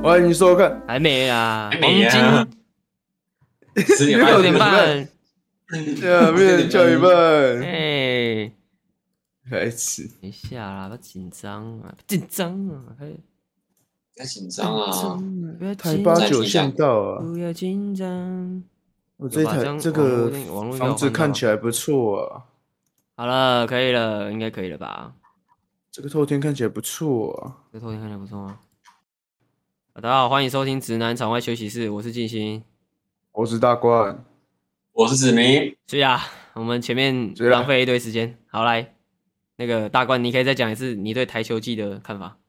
欢迎收看， 还没啊， 还没啊黄金6点半， 没人叫一半， 哎， 开始。 等一下啦，不要紧张啊，紧张啊， 不要紧张啊！ 不要台紧张， 八九线道啊， 不要紧张。 我这台有吧样这个网络应该有房子换到吧看起来不错啊， 好了，可以了，应该可以了吧？ 这个透天看起来不错啊。 这头天看起来不错吗？大家好，欢迎收听直男场外休息室，我是静心。 我是大冠， 我是子明， 是啊，我们前面是啊浪费一堆时间。好，来，那个大冠，你可以再讲一次你对台球季的看法。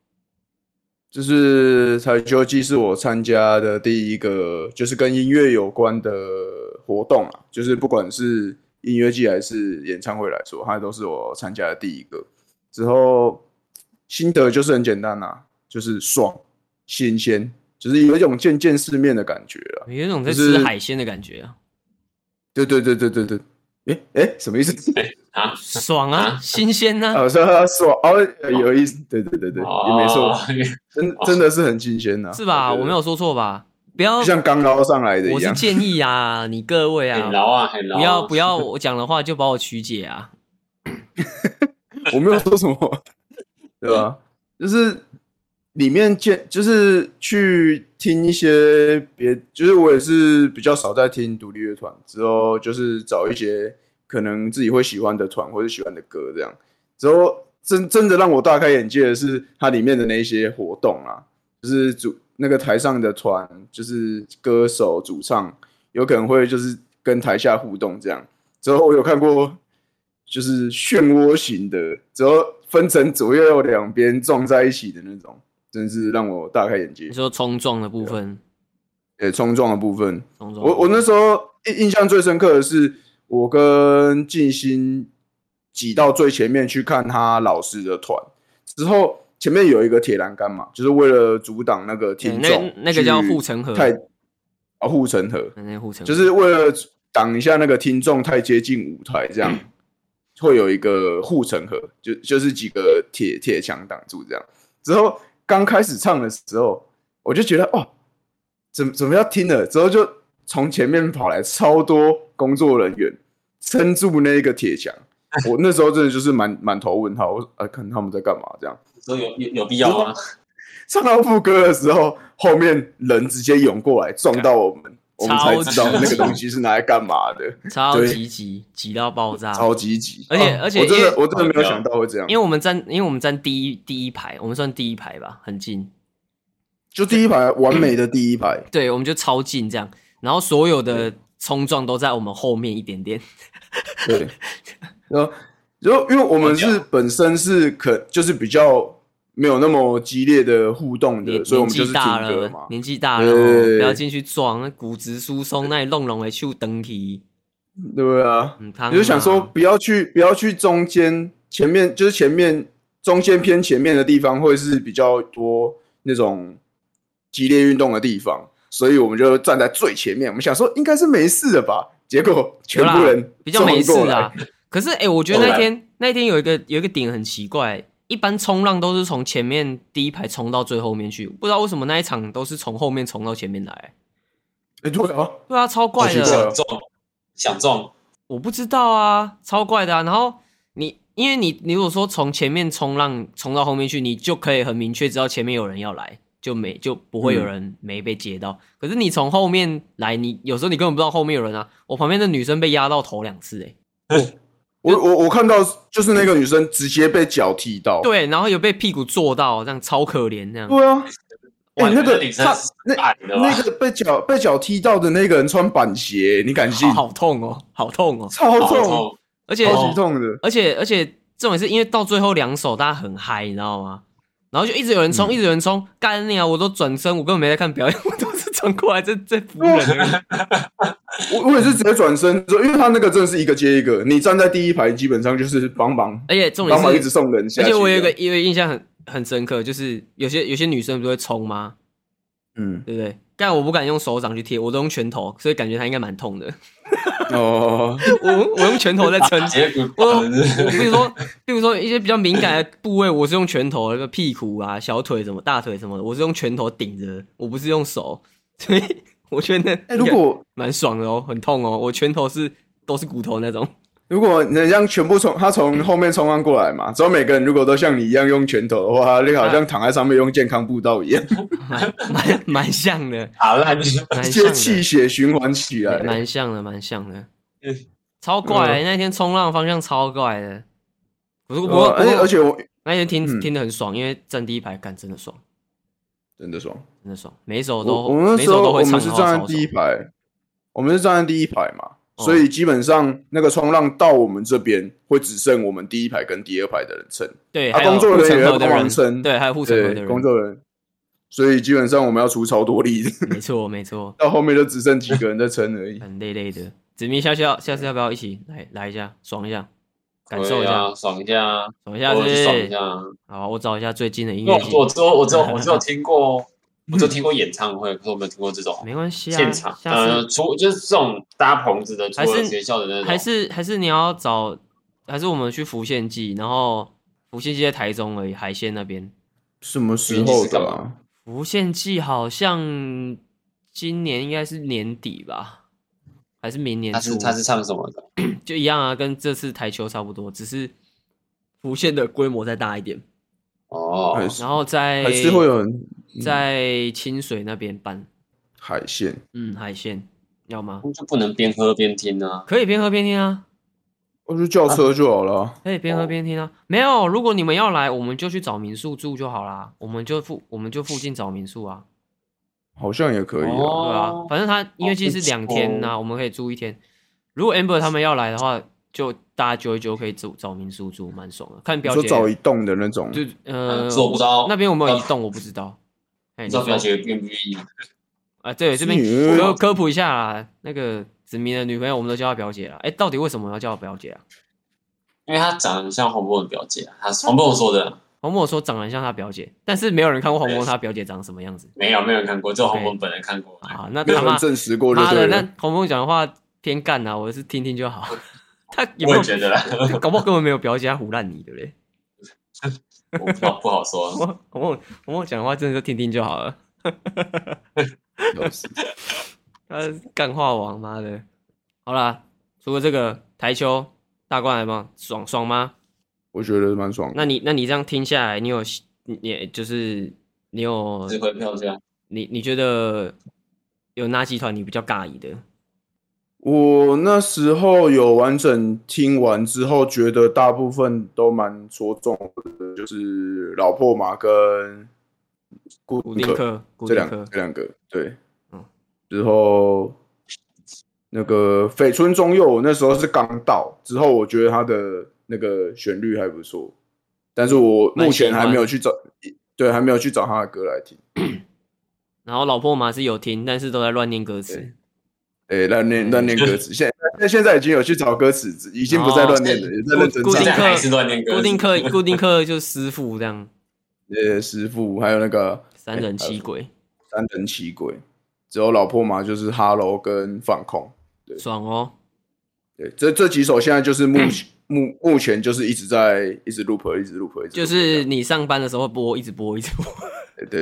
就是台球季是我参加的第一个，就是跟音乐有关的活动啊，就是不管是音乐季还是演唱会来说，它都是我参加的第一个。之后心得就是很简单啊，就是爽、新鲜，就是有一种见世面的感觉啊。 有一种在就是吃海鲜的感觉啊， 对，什么意思？ 啊， 爽啊，新鲜啊。 说爽有意思，对，也没错，真的是很新鲜呐， 是吧？我没有说错吧？不要就像刚捞上来的一样。 我是建议啊，你各位啊， 很牢啊，很牢啊！ 不要我讲的话就把我曲解啊。 我没有说什么，对吧？就是里面就是去听一些就是我也是比较少在听独立乐团，之后就是找一些可能自己会喜欢的团或者喜欢的歌这样。之后真的让我大开眼界的是它里面的那些活动啊，就是那个台上的团，就是歌手主唱有可能会就是跟台下互动这样。之后我有看过就是漩涡型的，之后分成左右两边撞在一起的那种，真是让我大开眼界你。说冲撞的部分， 冲撞的部分， 冲撞我那时候印象最深刻的是，我跟静心挤到最前面去看他老师的团，之后前面有一个铁栏杆嘛，就是为了阻挡那个听众， 那个叫护城河， 护城河， 那个护城河就是为了挡一下那个听众太接近舞台，这样会有一个护城河，就是几个铁墙挡住这样。之后刚开始唱的时候，我就觉得哦，怎么要听了？之后就从前面跑来超多工作人员撑住那个铁墙，我那时候真的就是满头问号，我看他们在干嘛这样。 说有必要吗？ 唱到副歌的时候，后面人直接涌过来撞到我们，我们才知道那个东西是拿来干嘛的。 超级挤到爆炸， 超级挤， 而且我真的没有想到会这样， 因为我们站第一排，我们算第一排吧，很近， 就第一排完美的第一排， 对，我们就超近这样，然后所有的冲撞都在我们后面一点点， 对，然后因为我们是本身是就是比较没有那么激烈的互动的，所以我们就是听歌嘛。 年纪大了，不要进去撞，那骨质疏松，那里弄的手登去， 对啊，你就想说不要去中间前面，就是前面中间偏前面的地方会是比较多那种激烈运动的地方，所以我们就站在最前面。我们想说应该是没事的吧，结果全部人比较没事啊。可是我觉得那天有一个点很奇怪。一般冲浪都是从前面第一排冲到最后面去，不知道为什么那一场都是从后面冲到前面来。对啊，超怪的。 想中， 我不知道啊，超怪的啊。然后因为你如果说从前面冲浪冲到后面去，你就可以很明确知道前面有人要来，就不会有人没被接到。可是你从后面来，你有时候你根本不知道后面有人啊。我旁边的女生被压到头2次我看到就是那个女生直接被脚踢到， 对，然后有被屁股坐到，这样超可怜这样。 对啊，那个那个被脚踢到的那个人穿板鞋，你敢信？ 好痛哦，好痛哦， 超痛， 而且超级痛的， 而且重点是因为到最后2首大家很嗨，你知道吗？然后就一直有人冲，一直有人冲，干你啊！我都转身，我根本没在看表演，我都是转过来在扶人。 我也是直接转身，因为他那个真的是一个接一个，你站在第一排基本上就是帮忙， 而且重点是一直送人下去。 而且我有一个印象很深刻，就是有些女生不是会冲吗？对不对？但我不敢用手掌去贴，我都用拳头，所以感觉她应该蛮痛的。 哦， 我用拳头在撑。 结果我比如说一些比较敏感的部位，我是用拳头，那个屁股啊、小腿什么、大腿什么的，我是用拳头顶着，我不是用手，所以我觉得如果蛮爽的哦，很痛哦，我拳头都是骨头那种。 如果你这样全部他从后面冲上过来嘛，之后每个人如果都像你一样用拳头的话，你好像躺在上面用健康步道一样， 蛮像的， 好烂， 直接气血循环起来， 蛮像的，超怪的，那天冲浪方向超怪的。不过而且我那天听得很爽，因为站第一排，干真的爽， 真的爽， 每一首都我那时候我们是站在第一排嘛。所以基本上那个冲浪到我们这边会只剩我们第一排跟第二排的人撑， 对， 工作人员也要帮忙撑， 对，还有护城河的人， 工作人员，所以基本上我们要出超多力的， 没错， 到后面就只剩几个人在撑而已， 很累的。子明下次要不要一起来一下，爽一下，感受一下， 爽一下， 爽一下，好，我找一下最近的音乐季， 我只有听过。我就听过演唱会，可是我没有听过这种没关系啊现场。就是这种搭棚子的，除了学校的那种， 还是你要找，还是我们去浮现季，然后浮现季在台中而已，海鲜那边。 什么时候的啊？ 浮现季好像今年应该是年底吧，还是明年初？ 他是唱什么的？ 就一样啊，跟这次台球差不多，只是浮现的规模再大一点。 哦， 然后还是会有人在清水那边办海鲜， 海鲜要吗？ 就不能边喝边听啊？ 可以边喝边听啊， 我就叫车就好了。 可以边喝边听啊，没有，如果你们要来，我们就去找民宿住就好啦，我们就附近找民宿啊， 好像也可以啊， 对啊，反正他音乐季是2天啊，我们可以住1天。如果 Amber 他们要来的话，就大家揪一揪，可以找民宿住，蛮爽的。看表姐说找一栋的那种， 就做不到。 那边有没有一栋我不知道。 你知道表姐愿不愿意？ 对，这边科普一下啦。那个子明的女朋友，我们都叫她表姐啦。到底为什么要叫她表姐啊？ 因为她长得很像黄渤的表姐啊。黄渤说的。 黄渤说长得很像他表姐，但是没有人看过黄渤他表姐长什么样子。 没有人看过，只有黄渤本人看过。 啊，那没有人证实过就对了。 那黄渤讲的话偏干啊，我是听听就好。他有没有觉得啦？ 搞不好根本没有表姐，他唬烂你，对不对？ 我不好说。 黄渤讲的话真的就听听就好了。他干话王，妈的！好啦，除了这个台球大冠来吗？爽吗？ 我觉得蛮爽的。 那你这样听下来，你有就是你有值回票价？ 你觉得有哪几团你比较尬意的？ 我那时候有完整听完之后，觉得大部分都蛮戳中的，就是老破马跟固定客这两个，对，之后那个绯村中佑那时候是刚到，之后我觉得他的那个旋律还不错，但是我目前还没有去找，对，还没有去找他的歌来听。 然后老破马是有听，但是都在乱念歌词。 乱念歌词，现在已经有去找歌词，已经不再乱念了，也在认真唱。 还是乱念歌词。固定课就是师傅这样。 师傅还有那个三人七鬼。 只有老破马就是哈喽跟放空，对， 爽哦。 对，这几首现在就是目前就是一直 loop， 就是你上班的时候播，一直播。 对。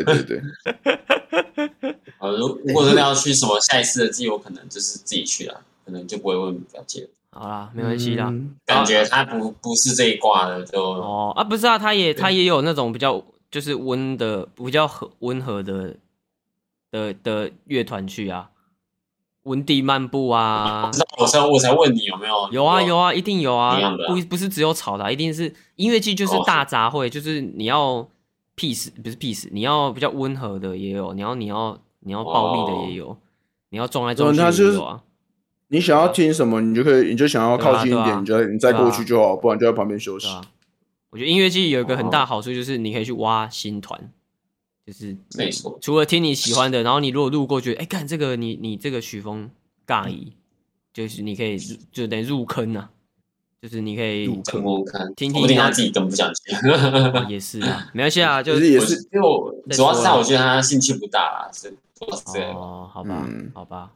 如果真的要去什么下一次的季，我可能就是自己去啦，可能就不会问表姐。 好啦，没关系啦。 感觉他不是这一挂的，就不是啊，他也有那种比较就是比较温和的乐团去啊，温地漫步啊。 我才问你有没有？ 有啊，一定有啊。不是只有吵的啊，一定是音乐季就是大杂烩，就是你要 peace 不是 peace， 你要比较温和的也有，你要暴力的也有，你要撞来撞去也有啊。 你想要听什么，你就想要靠近一点，你再过去就好，不然就在旁边休息。 我觉得音乐季有一个很大好处，就是你可以去挖新团，就是没错。 除了听你喜欢的，然后你如果路过觉得，干这个你这个曲风尬意，就是你可以就等于入坑啊，就是你可以听， 说不定他自己根本不想听。 也是啊，没关系啊， 就是也是， 因为主要是我觉得他兴趣不大啦，是。 好吧。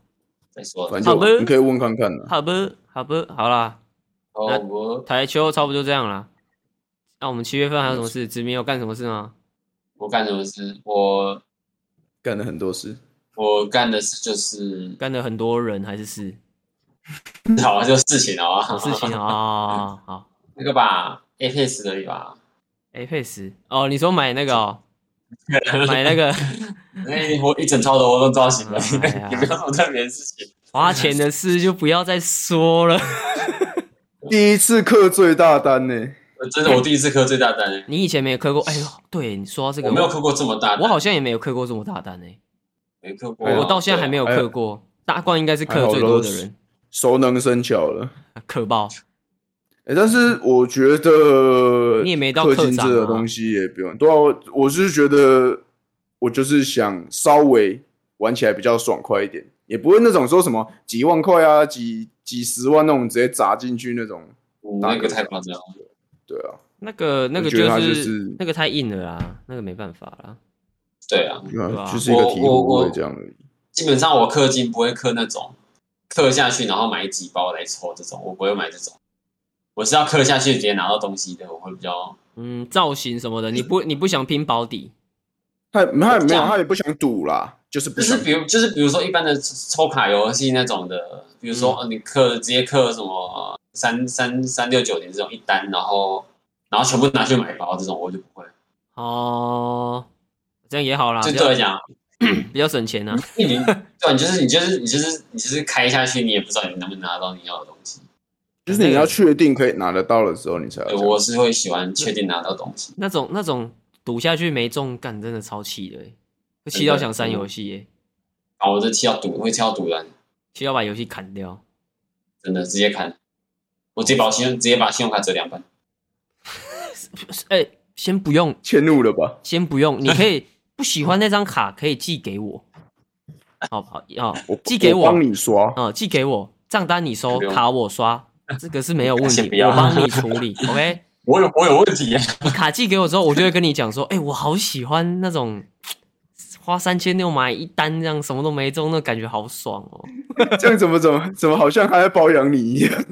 再说。 反正你可以问看看的。 好啦。 我台球差不多就这样啦。那我们7月份还有什么事？子明有干什么事吗？ 我干什么事？我干了很多事。 我干的事就是干了很多人还是事？ 好啊，就事情啊， 事情啊，好。 那个吧 ，Apex 而已吧。 Apex 哦，你说买那个哦，买那个， 我一整套的活动造型了， 哎也没有什么特别的事情。 花钱的事就不要再说了。 第一次氪最大单呢、 真的，我第一次氪最大单。 你以前没有氪过？哎呦，对，你说到这个， 我没有氪过这么大单， 我好像也没有氪过这么大单呢、 没氪过。 我到现在还没有氪过。大冠应该是氪最多的人， 熟能生巧了， 氪爆。 但是我觉得你也没到氪金这个东西也不用。对啊，我是觉得我就是想稍微玩起来比较爽快一点，也不会那种说什么几万块啊、几十万那种直接砸进去那种。 那个太夸张了。 对啊， 那个就是那个太硬了啦，那个没办法啦。 对啊， 就是一个题目会这样而已。 基本上我氪金不会氪那种氪下去然后买几包来抽这种，我不会买这种。我是要氪下去直接拿到东西的，我会比较造型什么的，你不想拼保底？ 他也不想赌啦，就是比如说一般的抽卡游戏那种的，比如说你直接氪什么369点这种一单，然后全部拿去买包这种，我就不会。 哦，这样也好啦， 就对我来讲比较省钱啊。 对，你就是开下去，你也不知道你能不能拿到你要的东西。 就是你要确定可以拿得到的时候，你才要。 我是会喜欢确定拿到东西。 那种赌下去没中，干真的超气的，会气到想删游戏耶。 我这气到赌，会气到赌人， 气到把游戏砍掉， 真的直接砍。我直接把信用卡折2半。 先不用， 迁怒了吧？ 先不用，你可以不喜欢那张卡可以寄给我，好，寄给我， 帮你刷， 寄给我，账单你收，卡我刷，这个是没有问题，我帮你处理 ，OK？ 我有问题啊！ 你卡寄给我之后，我就会跟你讲说，我好喜欢那种花3600买一单这样什么都没中，那感觉好爽哦。 这样怎么好像还在包养你一样？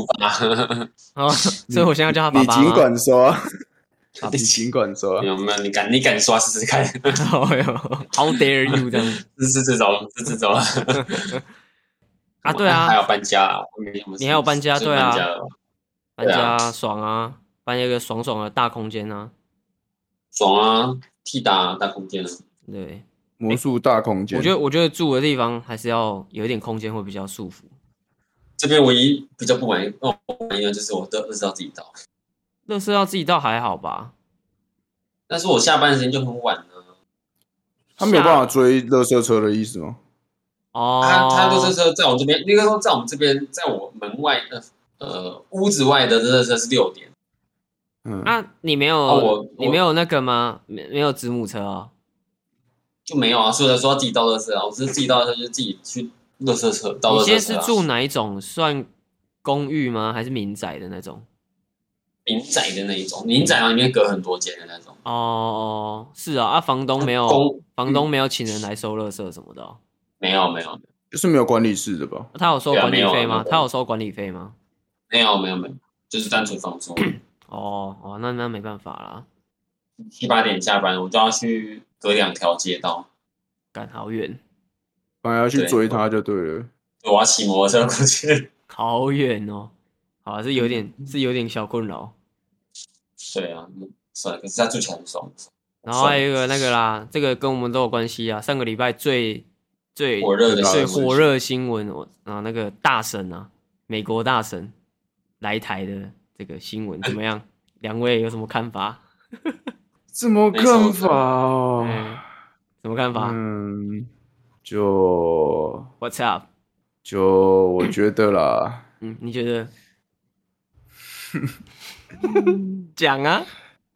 所以我现在叫他爸爸。 你尽管刷。你尽管刷， 有没有？你敢刷试试看 ？How dare you 这样？ 是这种啊？对啊， 还有搬家， 你还有搬家？对啊，搬家爽啊！搬一个爽的大空间啊！ 爽啊！T 大空间啊！ 对， 魔术大空间。 我觉得住的地方还是要有一点空间会比较舒服。 这边唯一比较不满意的就是我的垃圾要自己倒。 垃圾要自己倒还好吧， 但是我下班时间就很晚了。 他没有办法追垃圾车的意思吗？ 他垃圾车在我这边，应该说在我们这边，在我门外屋子外的垃圾车是6点。 你没有你没有那个吗？没有子母车啊？ 就没有啊，所以说要自己倒垃圾啊。我只是自己倒垃圾，就自己去垃圾车倒垃圾车。 你现在是住哪一种？算公寓吗？还是民宅的那种？ 民宅的那一种，民宅里面隔很多间的那种。 哦，是啊，房东没有请人来收垃圾什么的哦。 没有， 就是没有管理室的吧？ 他有收管理费吗？他有收管理费吗？ 没有，就是单纯房租。 哦，那没办法啦。 7、8点下班，我就要去隔2条街道， 赶好远， 本来要去追他就对了。 我要骑摩托车过去， 好远哦。好，是有点小困扰。 对啊，算了，可是他住起来很爽。 然后还有一个那个啦，这个跟我们都有关系啊。上个礼拜最火热的新闻，那个大神啊，美国大神来台的这个新闻怎么样？两位有什么看法？ 什么看法哦？ 什么看法？ 就 What's up？ 就我觉得啦， 你觉得？讲啊！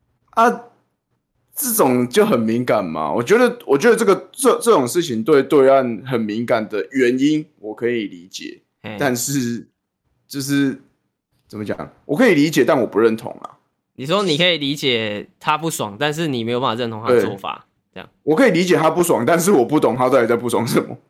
这种就很敏感嘛。我觉得这种事情对对岸很敏感的原因，我可以理解。但是就是怎么讲，我可以理解，但我不认同啊。 你说你可以理解他不爽，但是你没有办法认同他的做法，这样。 我可以理解他不爽，但是我不懂他到底在不爽什么。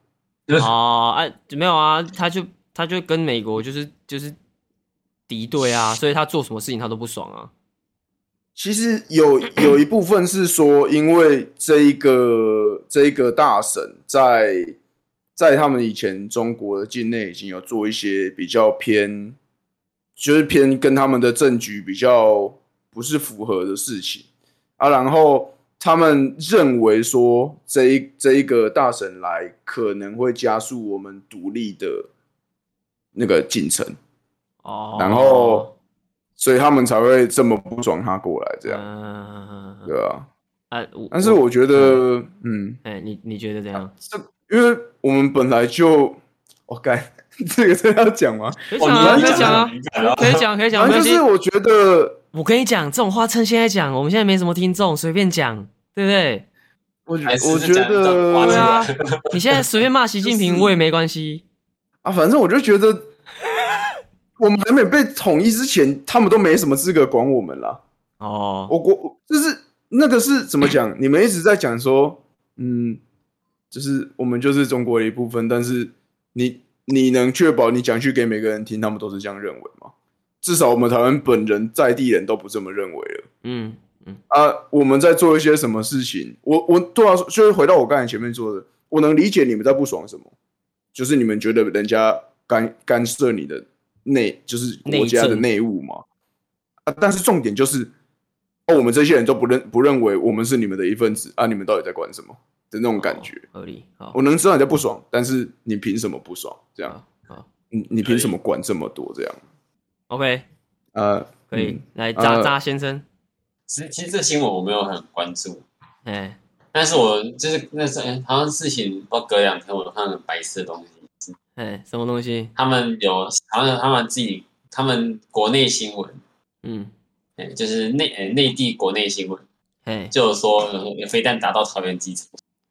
没有啊，他就跟美国就是敌对啊，所以他做什么事情他都不爽啊。 其实有一部分是说，因为这一个大神在他们以前中国的境内已经有做一些比较偏，就是偏跟他们的政局比较不是符合的事情啊，然后他们认为说这一个大神来可能会加速我们独立的那个进程，然后所以他们才会这么不爽他过来这样，对啊。但是我觉得， 你觉得怎样？ 因为我们本来就，这个真的要讲吗？ 可以讲啊，可以讲。 反正就是我觉得， 我跟你讲，这种话趁现在讲，我们现在没什么听众，随便讲，对不对？ 我觉得， 对啊，你现在随便骂习近平，我也没关系啊。反正我就觉得，我们还没被统一之前，他们都没什么资格管我们啦。我就是那个是怎么讲？你们一直在讲说，就是我们就是中国的一部分，但是你能确保你讲去给每个人听，他们都是这样认为吗？至少我们台湾本人在地人都不这么认为了。我们在做一些什么事情，我对啊，就是回到我刚才前面说的，我能理解你们在不爽什么，就是你们觉得人家干涉你的就是国家的内务嘛。但是重点就是，我们这些人都不认为我们是你们的一份子啊，你们到底在管什么的那种感觉。 合理。 我能知道你在不爽，但是你凭什么不爽？这样，你凭什么管这么多？这样 ，OK，可以来渣先生。 其实这新闻我没有很关注，但是我就是那时候好像事情不知道隔2天我都看到很白痴的东西。 什么东西？ 他们好像他们国内新闻，就是内地国内新闻，就有说有飞弹打到桃园机场。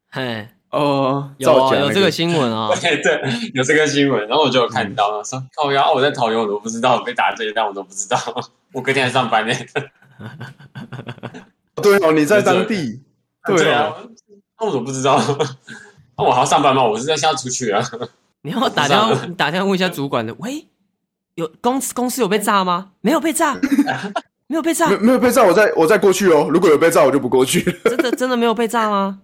有这个新闻啊， 对，有这个新闻，然后我就有看到了，说靠腰，我在桃园我都不知道被打这一弹，我都不知道，我隔天还上班呢。 对哦，你在当地， 对啊，那我怎么不知道？那我还要上班吗？我是在现在出去啊。 你要打电话问一下主管的，喂，有公司有被炸吗？没有被炸，没有被炸， 没有被炸，我再过去哦。如果有被炸，我就不过去了。真的没有被炸吗？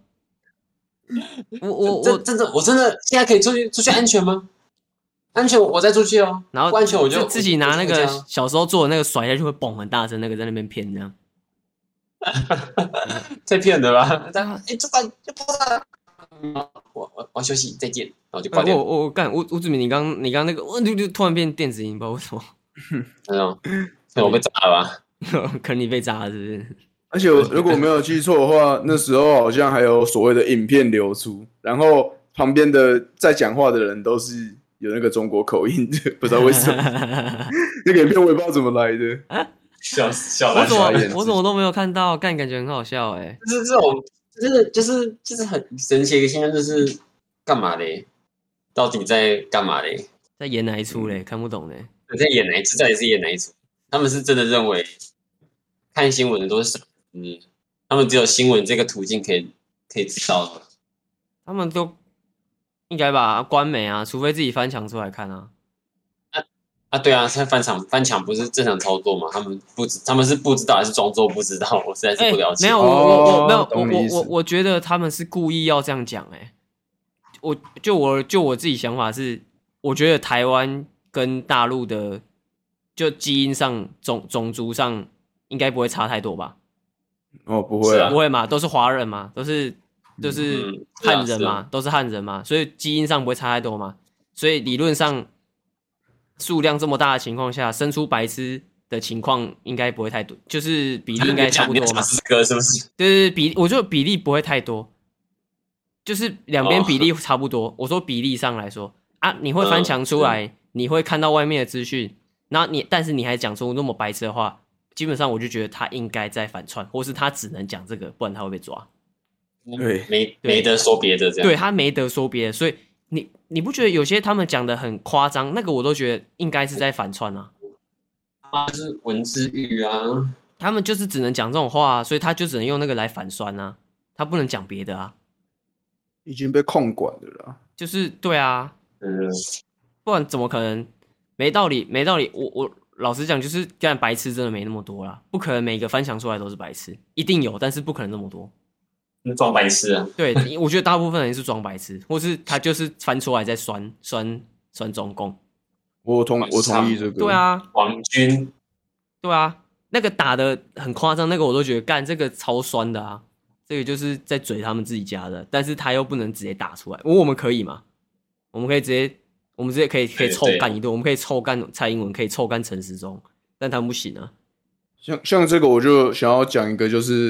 我真的现在可以出去安全吗？安全我再出去哦。 然后不安全我就自己拿那个小时候做的那个甩下去会嘣很大声，那个在那边骗这样。 在骗的吧？这把就爆炸了。我要休息，再见，然后就挂掉。 吴志明，你刚那个，就突然变电子音，不知道为什么。 我被炸了吧？ 可能你被炸了，是不是？ 而且如果没有记错的话，那时候好像还有所谓的影片流出，然后旁边的在讲话的人都是有那个中国口音的，不知道为什么。那个影片我也不知道怎么来的。 笑我怎么都没有看到，感觉很好笑哎。 就是这种，就是很神奇的一个现象，就是干嘛嘞？到底在干嘛嘞？ 在演哪一出嘞？看不懂嘞。 在演哪一出？到底是演哪一出？他们是真的认为看新闻的都是傻子，他们只有新闻这个途径可以知道的。 他们都应该吧，官媒啊，除非自己翻墙出来看啊。 对啊，现在翻墙不是正常操作吗？他们是不知道还是装作不知道？我实在是不了解。 没有，我觉得他们是故意要这样讲。我自己想法是，我觉得台湾跟大陆的就基因上种族上应该不会差太多吧？ 不会啊， 不会嘛，都是华人嘛，都是汉人嘛，都是汉人嘛，所以基因上不会差太多嘛，所以理论上。数量这么大的情况下，生出白痴的情况应该不会太多，就是比例应该差不多嘛。 是不是？ 对，我觉得比例不会太多，就是两边比例差不多。我说比例上来说啊，你会翻墙出来，你会看到外面的资讯，然后但是你还讲出那么白痴的话，基本上我就觉得他应该在反串，或是他只能讲这个，不然他会被抓。 对， 没得说别的这样。 对他没得说别的，所以。你不觉得有些他们讲的很夸张？那个我都觉得应该是在反串啊。 是文字狱啊。 他们就是只能讲这种话，所以他就只能用那个来反酸啊，他不能讲别的啊。 已经被控管的了。 就是对啊， 嗯， 不然怎么可能？没道理，没道理。我老实讲，就是干白痴真的没那么多啦，不可能每个翻墙出来都是白痴，一定有，但是不可能那么多。 装白痴啊！ 对，我觉得大部分人是装白痴，或是他就是翻出来在酸中共。 我同意这个。 对啊， 王军， 对啊，那个打的很夸张，那个我都觉得干这个超酸的啊，这个就是在嘴他们自己家的，但是他又不能直接打出来，我们可以吗？我们直接可以臭干一顿，我们可以臭干蔡英文，可以臭干陈时中，但他们不行啊。 像这个，我就想要讲一个，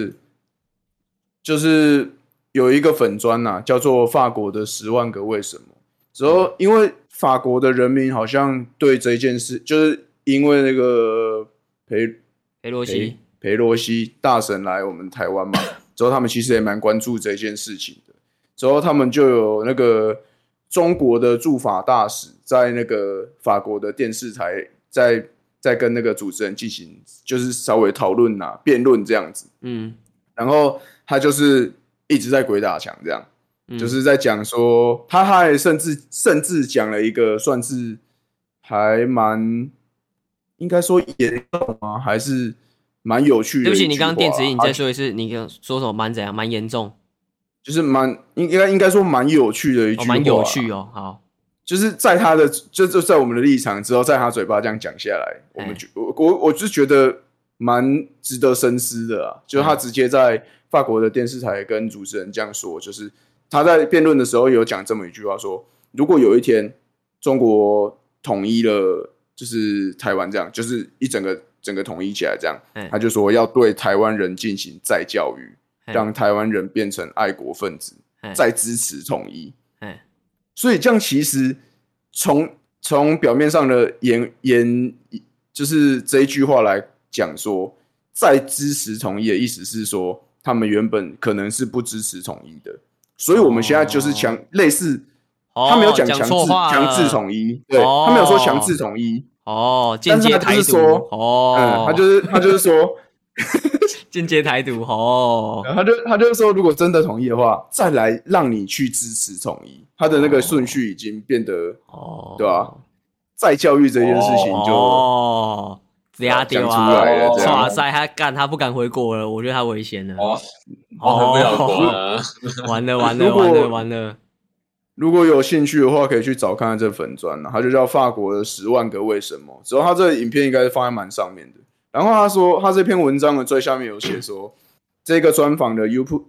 就是有一个粉专呐、叫做法国的10万个为什么。之后，因为法国的人民好像对这件事，就是因为那个裴洛西大神来我们台湾嘛，之后他们其实也蛮关注这件事情的。之后他们就有那个中国的驻法大使在那个法国的电视台在跟那个主持人进行就是稍微讨论啊辩论这样子，然后他就是一直在鬼打墙这样，就是在讲说他还甚至讲了一个算是还蛮应该说严重吗？还是蛮有趣的。 对不起，你刚刚电子音，你再说一次，你说什么蛮怎样？蛮严重， 就是应该说蛮有趣的一句话， 蛮有趣哦。好， 就是在他的就在我们的立场之后，在他嘴巴这样讲下来，我就觉得蛮值得深思的啊。就是他直接在法国的电视台跟主持人这样说，就是他在辩论的时候有讲这么一句话说，如果有一天中国统一了，就是台湾这样，就是整个统一起来这样，他就说要对台湾人进行再教育，让台湾人变成爱国分子，再支持统一。所以这样其实从表面上的就是这一句话来讲说，再支持统一的意思是说，他们原本可能是不支持统一的，所以我们现在就是类似，他没有讲强制统一，对，他没有说强制统一， 间接台独， 他就是说。 间接台独他就是说，如果真的统一的话，再来让你去支持统一，他的那个顺序已经变得对吧？再教育这件事情就讲出来了， 哇塞，他不敢回国了，我觉得他危险了， 回不了国了， 完了。 如果有兴趣的话，可以去找看看这粉专，它就叫法国的10万个为什么。之后他这个影片应该是放在蛮上面的。然后他说，他这篇文章的最下面有写说，这个专访的 YouTube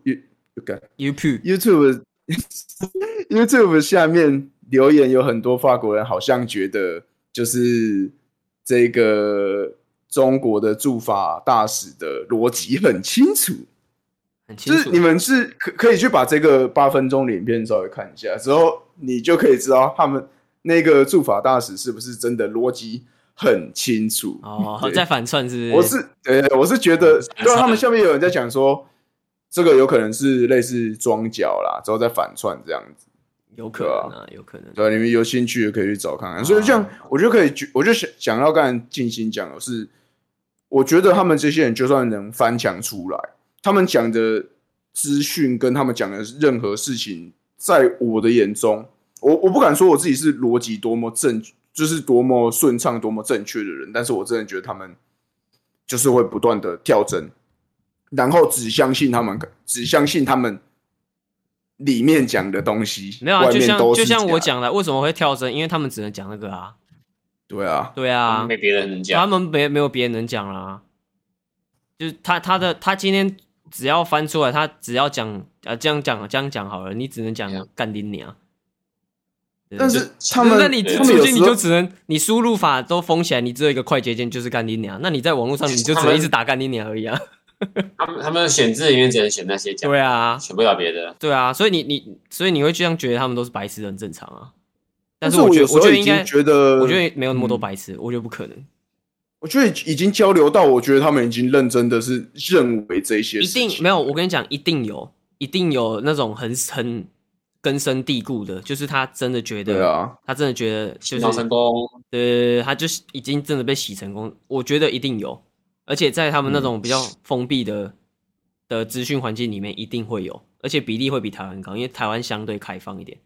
下面留言有很多法国人好像觉得，就是这个中国的驻法大使的逻辑很清楚，就是你们是可以去把这个8分钟的影片稍微看一下，之后你就可以知道他们那个驻法大使是不是真的逻辑很清楚在反串是不是？ 我是觉得，对啊，他们下面有人在讲说，这个有可能是类似装脚啦，之后再反串这样子， 有可能啊，有可能。 对，你们有兴趣的可以去找看看。所以这样，我就可以，我就想要刚才静心讲的是，我觉得他们这些人就算能翻墙出来，他们讲的资讯跟他们讲的任何事情，在我的眼中，我不敢说我自己是逻辑多么就是多么顺畅、多么正确的人，但是我真的觉得他们就是会不断的跳针，然后只相信他们里面讲的东西。 没有啊，就像我讲的，为什么会跳针？因为他们只能讲那个啊。 对啊， 没别人能讲， 他们没有别人能讲啦。就是他今天只要翻出来，他只要讲这样讲好了，你只能讲干丁娘。 但是那你出去你就只能你输入法都封起来，你只有一个快捷键就是干丁娘。那你在网络上你就只能一直打干丁娘而已啊。 他们选字里面只能选那些讲， 对啊， 选不了别的。 对啊，所以你会这样觉得他们都是白痴，很正常啊。但是我觉得应该觉得， 我觉得没有那么多白痴，我觉得不可能。 我觉得已经交流到，我觉得他们已经认真的是认为这些事情一定没有。我跟你讲，一定有那种很根深蒂固的，就是他真的觉得，他真的觉得就是成功， 对，他就是已经真的被洗成功。我觉得一定有，而且在他们那种比较封闭的资讯环境里面，一定会有，而且比例会比台湾高，因为台湾相对开放一点。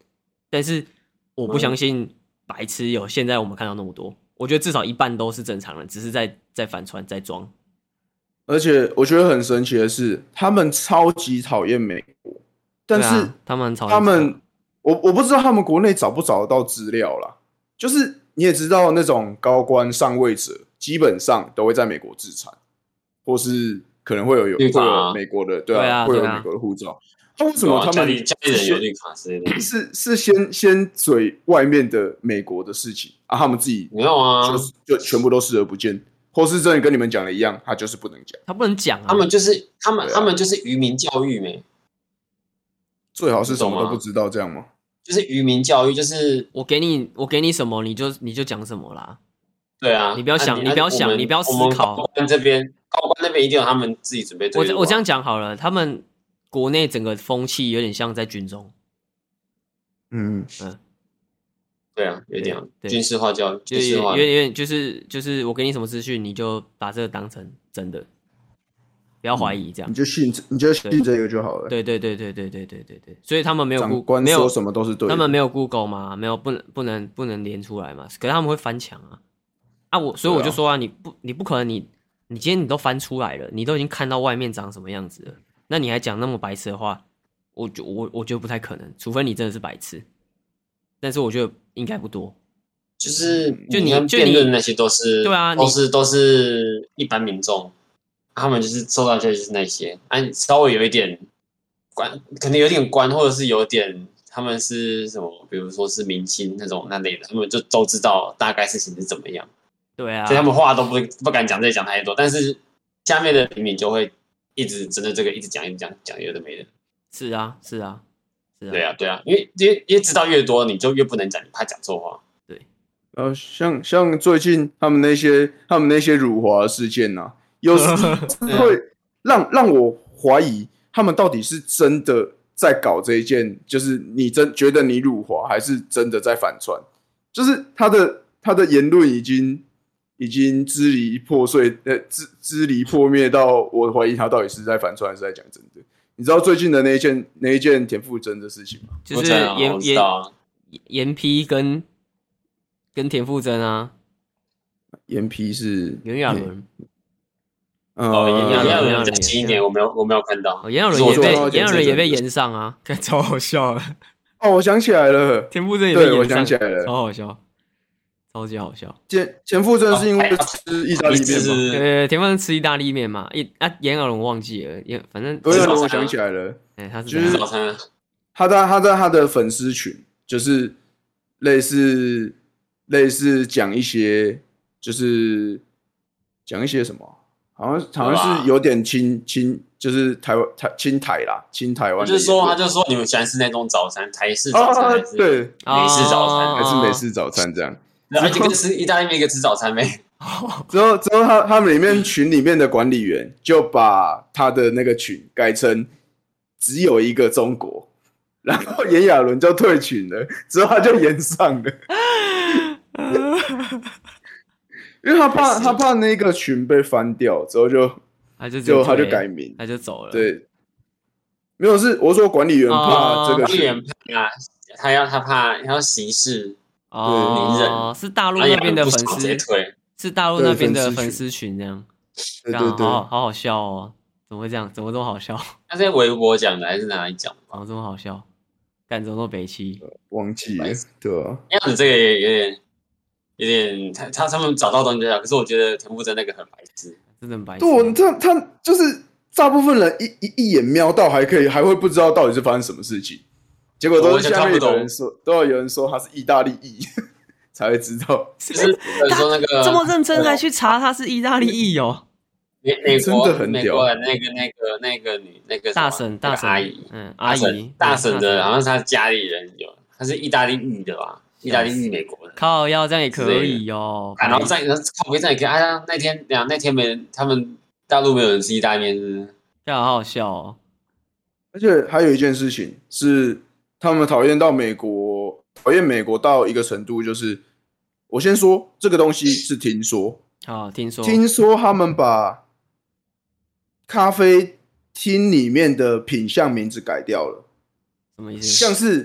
但是我不相信白痴有现在我们看到那么多，我觉得至少一半都是正常人，只是在反串在装。 而且我觉得很神奇的是，他们超级讨厌美国，但是他们我不知道他们国内找不找得到资料啦。就是你也知道，那种高官上位者基本上都会在美国自产，或是可能会有美国的，对啊，会有美国的护照。那为什么他们家里人有绿卡之类的？ 是先嘴外面的美国的事情啊，他们自己没有啊， 就全部都视而不见。或是真的跟你们讲的一样，他就是不能讲， 他不能讲啊。 他们就是愚民教育没， 最好是什么都不知道这样吗？ 就是愚民教育，就是我给你什么你就讲什么啦。 对啊， 你不要想，你不要想，你不要思考。 高官那边一定有他们自己准备对路。 我这样讲好了，他们国内整个风气有点像在军中。 对啊，有点军事化教育，有点就是我给你什么资讯，你就把这个当成真的，不要怀疑这样。 你就信这个就好了。 对。所以他们没有长官说什么都是对的。 他们没有 Google 嘛，没有不能连出来嘛。可是他们会翻墙啊。所以我就说啊，你不可能你今天你都翻出来了，你都已经看到外面长什么样子了，那你还讲那么白痴的话，我觉得不太可能，除非你真的是白痴。但是我觉得应该不多， 就你辩论那些都是对啊， 都是一般民众，他们就是受到就是那些，稍微有一点可能有点官，或者是有点他们是什么，比如说是明星那类的，他们就都知道大概事情是怎么样。 对啊， 所以他们话都不敢讲这讲太多，但是下面的平民就会一直针对这个一直讲有的没的。 是啊。 对啊，因为知道越多，你就越不能讲，你怕讲错话。 对， 像最近他们那些辱华事件啊，有时会让我怀疑他们到底是真的在搞这一件，就是你真觉得你辱华，还是真的在反串？就是他的言论已经支离破碎，支离破灭到我怀疑他到底是在反串还是在讲真的。你知道最近的那一件田馥甄的事情吗？ 就是严批跟田馥甄啊， 严批是炎亚纶。 炎亚纶再近一点，我没有看到。 炎亚纶也被延上啊，超好笑的。 哦，我想起来了， 田馥甄也被延上， 对，我想起来了， 超好笑。超级好笑。 田馥甄是因为吃意大利面吗？ 田馥甄吃意大利面嘛，炎亚纶忘记了，反正我想起来了， 他是就是他在他的粉丝群，就是类似讲一些，就是讲一些什么，好像是有点亲，就是亲台啦，亲台湾。 他就说你们喜欢吃那种早餐，台式早餐还是对美式早餐， 还是美式早餐这样。 然后一个吃意大利面，一个吃早餐呗。 之后他们群里面的管理员就把他的那个群改成只有一个中国，然后炎亚纶就退群了，之后他就延上了，因为他怕那个群被翻掉，之后他就改名， 他就走了。 对，没有我说管理员怕这个群， 管理员怕他怕要息事。 是大陆那边的粉丝，是大陆那边的粉丝群这样。 对， 好好笑哦！怎么会这样？怎么这么好笑？ 他在微博讲的还是哪里讲的？ 怎么这么好笑？干怎么那么北七？ 忘记了，对啊。 样子这个也有点，他们找到东西就讲，可是我觉得田馥甄那个很白痴， 真的很白痴。 对，他就是大部分人一眼瞄到还会不知道到底是发生什么事情。结果都是下面有人说，都有人说他是意大利裔，才会知道。 就是说那个这么认真还去查他是意大利裔哦。 美国真的很屌。 的那个女大婶阿姨， 阿姨大婶的，好像是他家里人有，他是意大利裔的吧？意大利裔美国人。 靠腰这样也可以哦。 然后靠这样也可以。那天没人，他们大陆没有人吃意大利面，是不是？ 这样好好笑哦。 而且还有一件事情是。他们讨厌美国到一个程度，就是我先说这个东西是听说，听说他们把咖啡厅里面的品项名字改掉了， 什么意思？ 像是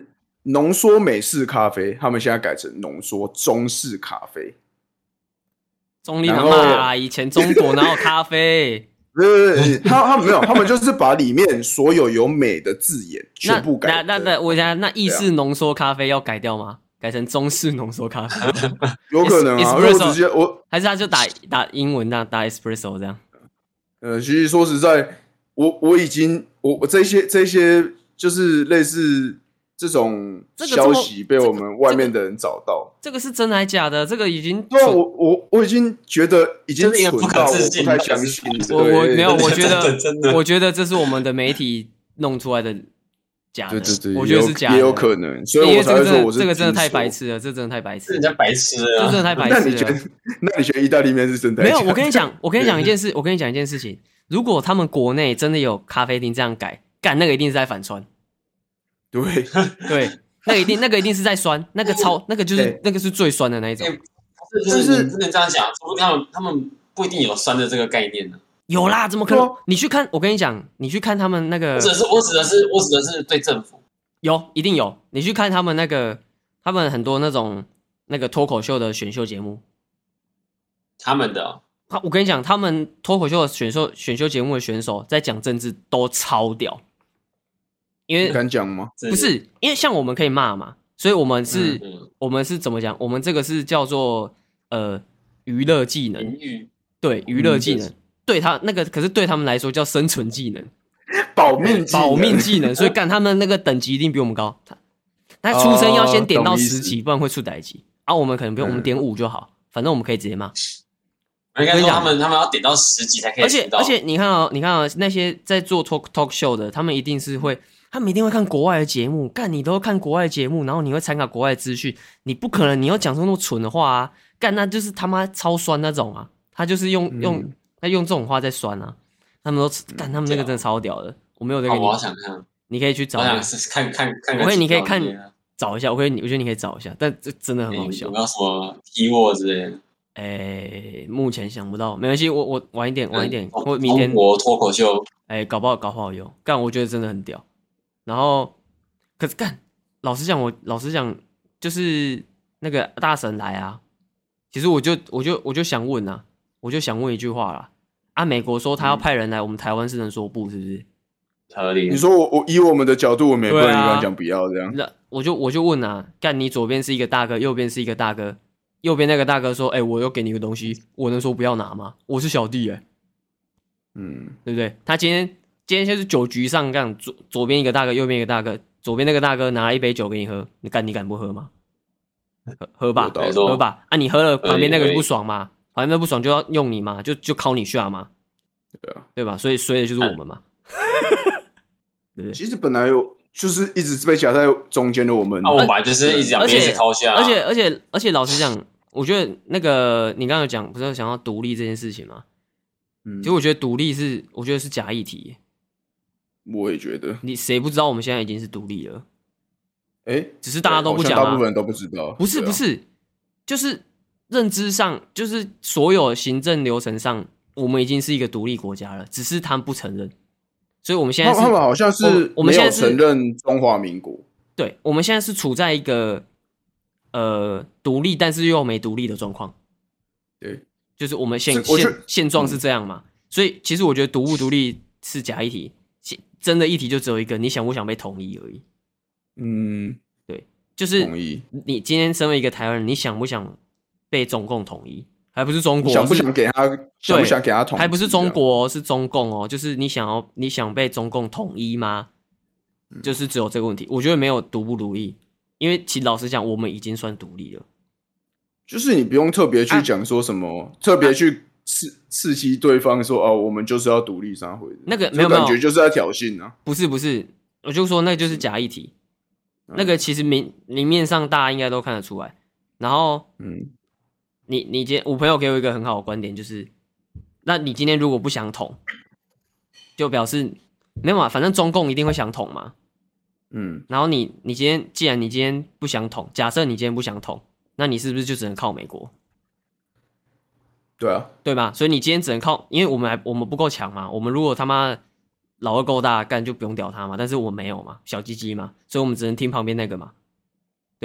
浓缩美式咖啡，他们现在改成浓缩中式咖啡。 中立他妈啊！以前中国哪有咖啡？ 他没有，他们就是把里面所有美的字眼全部改。 我想那意式浓缩咖啡要改掉吗？改成中式浓缩咖啡？ 有可能啊，因为直接还是他就打英文打 espresso 这样。 其实说实在，我已经这些就是类似这种消息被我们外面的人找到， 这个是真还假的？这个已经对啊，我已经觉得已经蠢到我不太相信。 没有，我觉得这是我们的媒体弄出来的假的。 对， 我觉得是假的， 也有可能，所以我才会说我是这个真的太白痴了，这真的太白痴， 人家白痴了， 这真的太白痴了。 那你觉得意大利面是真的？ 没有，我跟你讲一件事情，如果他们国内真的有咖啡厅这样改，干那个一定是在反串。对，那个一定是在酸，那个是最酸的那一种。 就是你不能这样讲，说不定他们不一定有酸的这个概念呢。 有啦，怎么可能？你去看，我跟你讲，你去看他们那个， 我指的是对政府一定有。你去看他们那个，他们很多那种那个脱口秀的选秀节目， 他们的。 我跟你讲，他们脱口秀的选秀节目的选手在讲政治都超屌。因为敢讲吗？ 不是，因为像我们可以骂嘛，所以我们是怎么讲？我们这个是叫做娱乐技能，对，娱乐技能，对他那个可是对他们来说叫生存技能， 保命技能，所以干他们那个等级一定比我们高。他出生要先点到10级，不然会出代级啊。我们可能不用，我们点5就好，反正我们可以直接骂。 应该说他们要点到10级才可以。 而且你看那些在做 talk show 的，他们一定会看国外的节目，干你都看国外的节目，然后你会参考国外的资讯，你不可能你要讲出那么蠢的话啊，干那就是他妈超酸那种啊，他就是用这种话在酸啊，他们干他们那个真的超屌的，我没有在跟你， 我想看， 你可以去找， 我想看， 你可以看找一下，我觉得你可以找一下，但这真的很好笑， 有没有什么 keyword 之类的？ 目前想不到，没关系，我晚一点，我明天中国脱口秀， 搞不好有，干我觉得真的很屌。然后，可是干，老实讲，就是那个大神来啊，其实我就想问啊，我就想问一句话啦，啊，美国说他要派人来，我们台湾是能说不，是不是？ 合理。 你说我以我们的角度，我们也不能跟他讲不要这样。 我就问啊，干你左边是一个大哥，右边是一个大哥，右边那个大哥说，我又给你个东西，我能说不要拿吗？我是小弟对不对？他今天就是酒局上这样，左边一个大哥，右边一个大哥，左边那个大哥拿了一杯酒给你喝，你敢不喝吗？喝吧，喝吧。啊，你喝了，旁边那个不爽嘛，旁边那不爽就要用你嘛，就敲你下嘛，对吧？所以衰的就是我们嘛。对， 其实本来就是一直被夹在中间的我们， 我本来就是一直讲别人敲下， 而且老实讲，我觉得那个你刚刚有讲，不是想要独立这件事情吗？其实我觉得独立我觉得是假议题。 我也觉得， 你谁不知道我们现在已经是独立了？只是大家都不讲大部分人都不知道。 不是，就是认知上，就是所有行政流程上，我们已经是一个独立国家了，只是他们不承认。所以我们现在他们好像是没有承认中华民国。 对，我们现在是处在一个独立但是又没独立的状况。 对， 就是我们现状是这样嘛。所以其实我觉得独不独立是假议题。真的议题就只有一个，你想不想被统一而已。对，就是你今天身为一个台湾人，你想不想被中共统一？还不是中国， 想不想给他统一？ 还不是中国，是中共哦。就是你想被中共统一吗？就是只有这个问题。我觉得没有独不独立，因为其实老实讲，我们已经算独立了。 就是你不用特别去讲说什么，特别去刺激对方说我们就是要独立啥回的， 那个没有感觉就是在挑衅啊。 不是，我就说那个就是假议题。那个其实明面上大家应该都看得出来。然后你今天我朋友给我一个很好的观点，就是那你今天如果不想统，就表示没有嘛，反正中共一定会想统嘛。然后你既然你今天不想统，假设你今天不想统，那你是不是就只能靠美国？ 对啊， 对吧？所以你今天只能靠，因为我们不够强嘛。我们如果他妈老二够大干，就不用屌他嘛。但是我没有嘛，小鸡鸡嘛，所以我们只能听旁边那个嘛。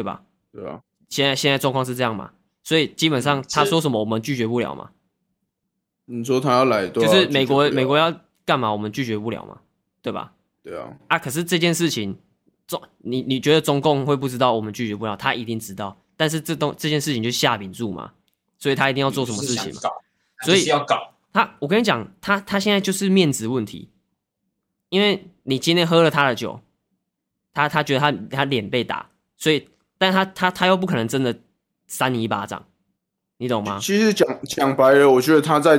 对吧？ 对啊， 现在状况是这样嘛，所以基本上他说什么我们拒绝不了嘛。 你说他要来，对啊， 就是美国拒绝不了要干嘛，我们拒绝不了嘛，对吧？ 对啊， 啊，可是这件事情，你觉得中共会不知道我们拒绝不了？他一定知道，但是这件事情就下饼住嘛，所以他一定要做什么事情嘛。 所以要搞我跟你讲，他现在就是面子问题，因为你今天喝了他的酒，他觉得他脸被打，所以，但他又不可能真的扇你一巴掌，你懂吗？ 其实讲白了，我觉得他在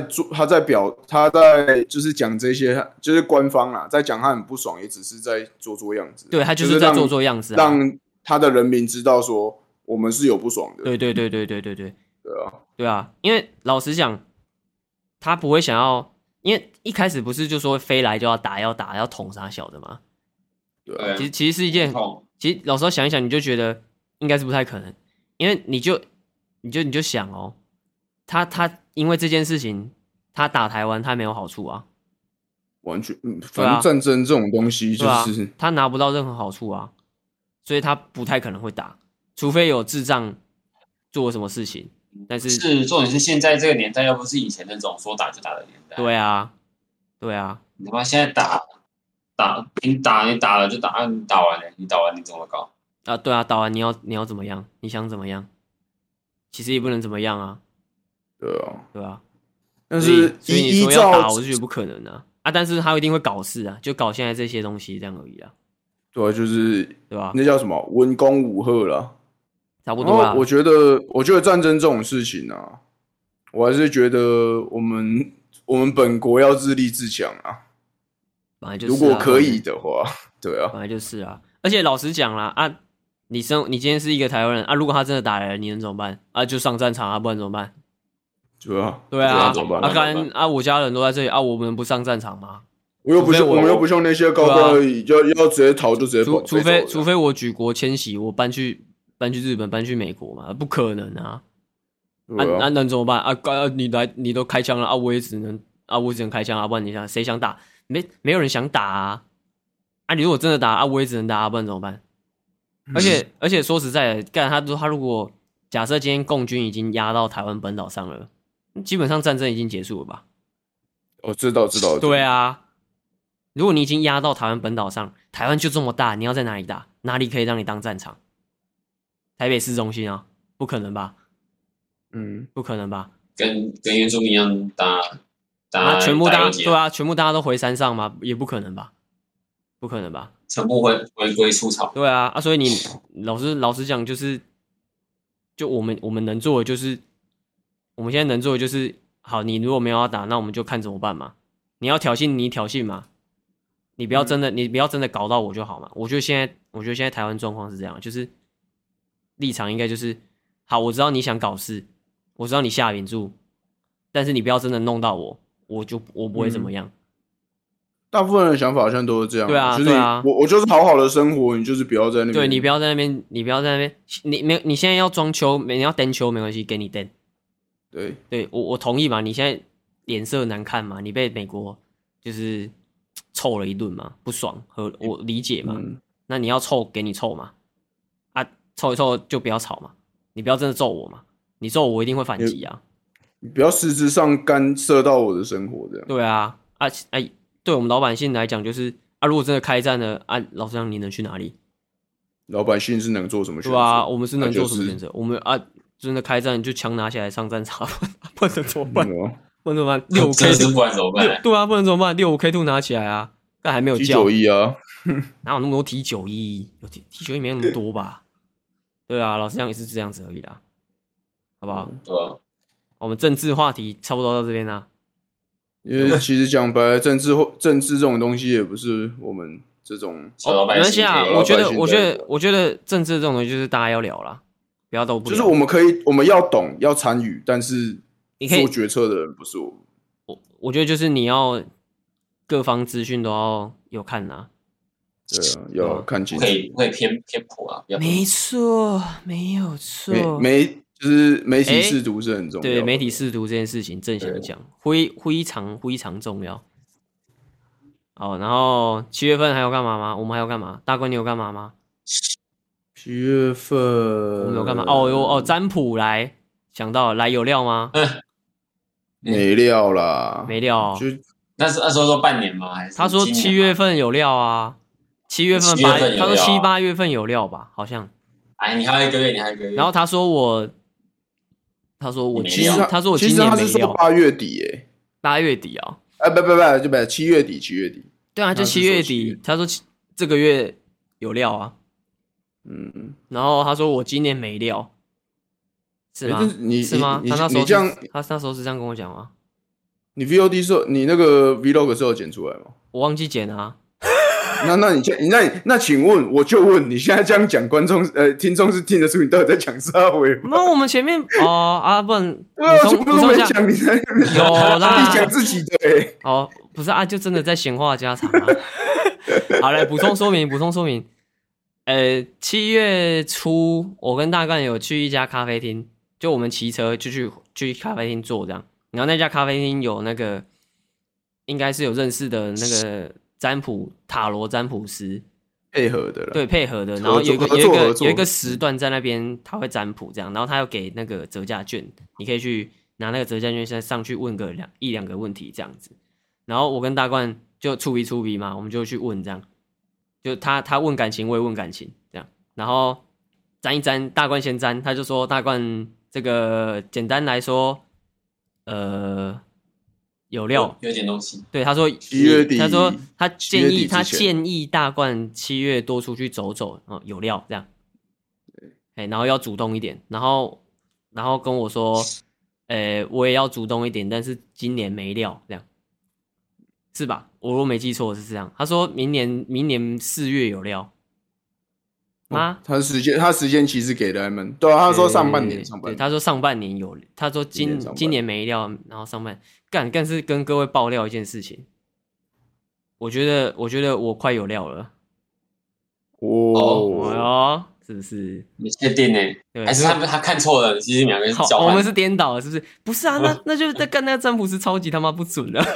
就是讲这些，就是官方啊，在讲他很不爽，也只是在做样子。 对，他就是在做样子， 让他的人民知道说我们是有不爽的。 对，对啊，因为老实讲，他不会想要，因为一开始不是就说飞来就要打要捅啥小的吗？ 对啊， 其实是一件，其实老实想一想，你就觉得应该是不太可能，因为你就想哦，他因为这件事情，他打台湾他没有好处啊， 完全，反正战争这种东西就是、 他拿不到任何好处啊，所以他不太可能会打，除非有智障做什么事情。但是重点是现在这个年代，又不是以前那种说打就打的年代。 对啊， 你他妈现在你打了就打，你打完了，你怎么搞啊？对啊，打完你要怎么样？你想怎么样？其实也不能怎么样啊。 对啊。 但是所以你说要打，我是觉得不可能啊。但是他一定会搞事啊，就搞现在这些东西这样而已啊。 对啊，就是对吧？ 那叫什么文攻武吓啦。 差不多啦。 我觉得战争这种事情啊，我还是觉得我们本国要自立自强啊。 本来就是如果可以的话，对啊， 本来就是啊。而且老实讲啦啊，你今天是一个台湾人啊，如果他真的打来了，你能怎么办啊？就上战场啊，不然怎么办？ 对啊， 怎么办？我家人都在这里啊，我们不上战场吗？ 我们又不像那些高官而已，要直接逃就直接跑。 除非我举国迁徙，我搬去日本，搬去美国嘛，不可能啊！能怎么办啊？你都开枪了啊，我只能开枪啊，不然你想谁想打？没有人想打啊！啊，你如果真的打啊，我也只能打啊，不然怎么办？而且说实在的，干他如果假设今天共军已经压到台湾本岛上了，基本上战争已经结束了吧？ 哦，知道。 对啊，如果你已经压到台湾本岛上，台湾就这么大，你要在哪里打？哪里可以让你当战场？台北市中心啊？不可能吧？不可能吧？ 跟原住民一样打全部大家都回山上吗？也不可能吧？不可能吧？ 全部回归出草。 对啊，所以你老实讲，就我们能做的就是，我们现在能做的就是，好，你如果没有要打，那我们就看怎么办嘛。你要挑衅，你挑衅嘛。你不要真的搞到我就好嘛。我觉得现在台湾状况是这样，就是立场应该就是，好，我知道你想搞事，我知道你下饼住，但是你不要真的弄到我，我不会怎么样。 大部分人的想法好像都是这样。 对啊， 就是我就是好好的生活，你就是不要在那边。 对，你不要在那边，你现在要装秋，你要登秋没关系，给你登。对，我同意嘛，你现在脸色难看嘛，你被美国就是臭了一顿嘛，不爽，我理解嘛。那你要臭给你臭嘛，啊，臭一臭就不要吵嘛，你不要真的揍我嘛，你揍我一定会反击啊。 你不要实质上干涉到我的生活这样。 对啊，对我们老百姓来讲，就是如果真的开战了，老实讲，你能去哪里？ 老百姓是能做什么选择？ 对啊，我们是能做什么选择？我们真的开战就枪拿起来上战场，不然怎么办？不然怎么办？65K2， 不然怎么办？ 对啊，不然怎么办？65K2拿起来啊！但还没有叫 T91啊， 哪有那么多 T91？有 T91没有那么多吧？对啊，老实讲也是这样子而已啦，好不好？ 对啊， 我们政治话题差不多到这边啦。 因为其实讲白了，政治这种东西也不是我们这种没关系啊。我觉得政治这种东西就是大家要聊啦，不要都不聊。 就是我们要懂要参与，但是做决策的人不是我。 我觉得就是你要各方资讯都要有看呐。 对啊，要看清楚， 不可以偏颇啊。 没错，没有错。 就是媒体识读是很重要的。 对，媒体识读这件事情，正想讲，非常重要。好，然后7月份还有干嘛吗？我们还要干嘛？大官你有干嘛吗？ 7月份我们有干嘛？占卜来，想到了来有料吗？ 没料啦， 没料。 就那时候说半年吗？还是他说7月份有料啊，7月份他说7、8月份有料吧，好像。 哎，你还有1个月， 然后他说我其实他说我其今年没实他是说料。 8月底 8月底啊？ 不，就不7月底。 对啊，就7月底。他说这个月有料啊。然后他说我今年没料，是吗？是吗？他那时候是这样跟我讲吗？ 你 VOD 说你那个 Vlog 是有剪出来吗？ 我忘记剪啊。 那请问，我就问你现在这样讲，听众是听得出你到底在讲啥回吗？ 那我们前面不然补充一下，你在有啦， 你讲自己的不是啊，就真的在闲话家常啊。好，来补充说明。7月初，我跟大干有去一家咖啡厅，就我们骑车就去咖啡厅坐这样。然后那家咖啡厅有那个，应该是有认识的那个塔罗占卜师配合的了， 对，配合的。然后有一个时段在那边他会占卜这样，然后他要给那个折价券，你可以去拿那个折价券现在上去问个一两个问题这样子。然后我跟大冠就出鼻嘛，我们就去问这样。就他问感情，我也问感情，这样，然后沾一沾，大冠先沾，他就说大冠这个简单来说，有料， 有点东西。 对，他说 7月底， 他说他建议大冠7月多出去走走，有料这样，然后要主动一点，然后跟我说，我也要主动一点，但是今年没料这样。是吧？我如果没记错是这样。他说明年4月有料吗？ 他时间其实给了他们，对啊，他说上半年， 对，他说上半年有，他说今年没料，然后上半干是跟各位爆料一件事情。我觉得我快有料了。是不是？ 你确定呢？还是他看错了？其实你们两个是交换， 我们是颠倒了，是不是？不是啊，那就是在干那个占卜师超级他妈不准了。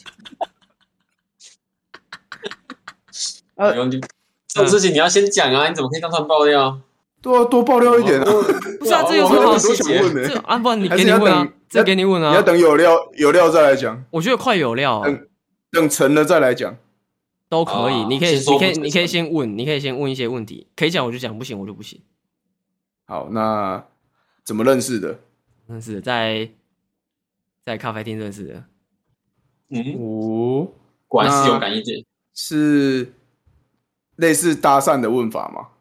这种事情你要先讲啊！你怎么可以当场爆料？ 对啊，多爆料一点啊！ 不是啊，这有什么好细节？不然给你问啊，这给你问啊！ 你要等有料再来讲。 我觉得快有料啊， 等成了再来讲都可以。你可以先问，你可以先问一些问题，可以讲我就讲，不行我就不行。 好，那怎么认识的？ 认识的在咖啡厅认识的。 果然是勇敢一点。 是类似搭讪的问法吗？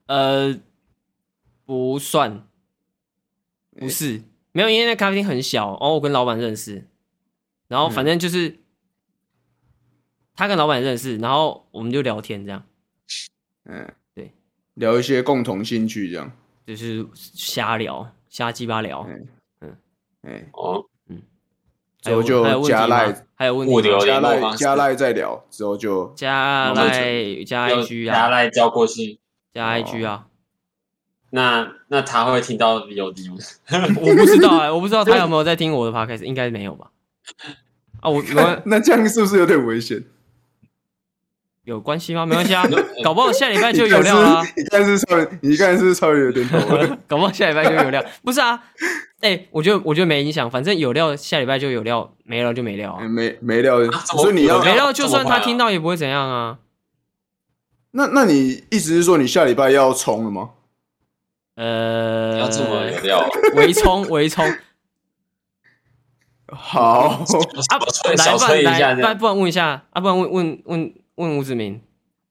不算，不是，没有，因为那咖啡厅很小，然后我跟老板认识，然后反正就是他跟老板认识，然后我们就聊天这样，对， 聊一些共同兴趣这样， 就是瞎鸡巴聊， 之后就加赖， 还有问题加赖再聊，之后就加 IG 啊， 加赖交过去， 加 IG 啊。 那他会听到 VOD 吗？ 我不知道我不知道他有没有在听我的 podcast， 应该没有吧？ 那这样是不是有点危险？ 有关系吗？没关系啊，搞不好下礼拜就有料啦。 你刚才是稍微有点头了， 搞不好下礼拜就有料。不是啊，我觉得没影响，反正有料下礼拜就有料，没料就没料啊。 没料，所以你要没料，就算他听到也不会怎样啊。 那你意思是说你下礼拜要冲了吗？ 要这么有料， 微冲。 好来，不然问一下啊，不然问吴子明，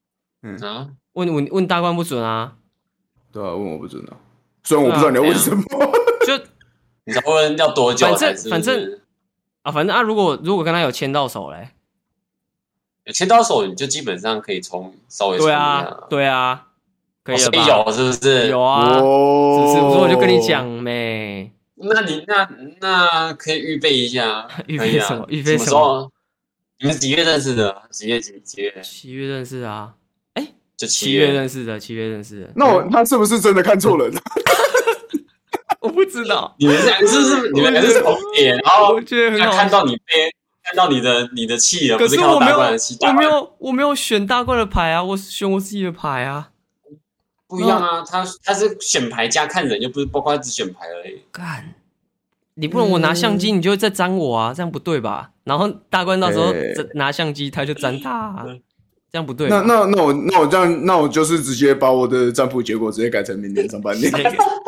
问大冠不准啊？ 对啊，问我不准啊，虽然我不知道你要问什么， 就你要问要多久？ 反正啊，如果跟他有牵到手嘞， 有牵到手你就基本上可以稍微冲一下， 对啊。可以了吧？ 有是不是？ 有啊，是不是？我就跟你讲咩。 那你那可以预备一下， 预备什么？预备什么？ 你们几月认识的？几月？7 月认识啊？ 就 7月认识的。7月认识的。 那他是不是真的看错人了？ 我不知道。 你们俩是你们俩是同点，然后我觉得很好看到你的气了， 可是我没有选大冠的牌啊，我选我自己的牌啊。 不一样啊，他是选牌加看人，又不是包括只选牌而已。 干，你不能我拿相机，你就会再粘我啊，这样不对吧？然后大官到时候拿相机，他就粘他、啊，这样不对吧。 那我这样，那我就是直接把我的占卜结果直接改成明年上半年。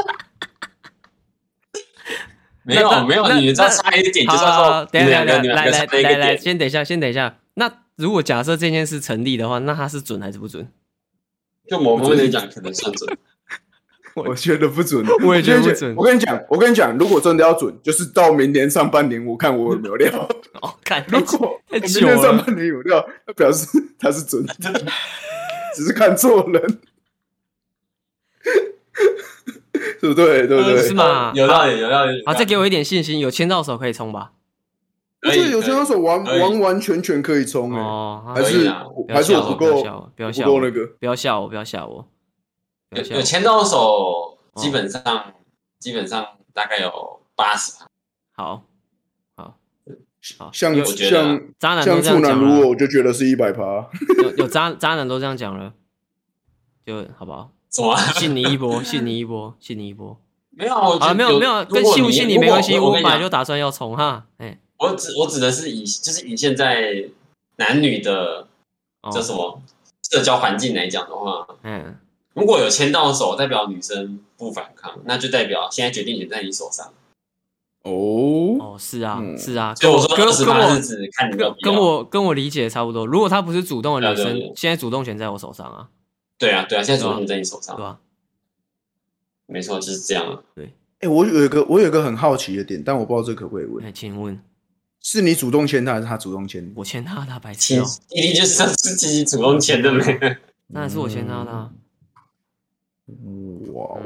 没有，你知道差一点就是说， 等一下， 来， 先等一下。那如果假设这件事成立的话，那它是准还是不准？ 就某部分来讲，可能算准。 我觉得不准， 我也觉得不准。 我跟你讲，如果真的要准，就是到明年上半年，我看我有没有料。 哦，看， 如果明年上半年有料，那表示他是准的，只是看错人。对不对？对不对？ 是吗？ 有道理。 好，再给我一点信心，有签到手可以冲吧？ 这有签到手完全可以冲哦， 还是我不够那个？ 不要吓我！ 有签到手，基本上大概有80%。 好， 像渣男都这样讲了， 像处男如我就觉得是100%。 有渣男都这样讲了，就好不好？ 什么？ 信你一波。 没有， 没有，跟信不信你没关系。我本来就打算要冲哈。 我指的是以现在男女的这什么社交环境来讲的话，如果有签到手，代表女生不反抗，那就代表现在决定权在你手上。 哦，是啊， 所以我说28%是指看你有必要跟我理解差不多。如果她不是主动的女生，现在主动权在我手上啊。 对啊，现在主动权在你手上， 对吧？ 没错，就是这样啊。 对， 我有一个很好奇的点，但我不知道这可不可以问。 请问， 是你主动签他，还是他主动签你？ 我签他，他白痴哦。 一定就是自己主动签的呗。 当然是我签他的。 哇，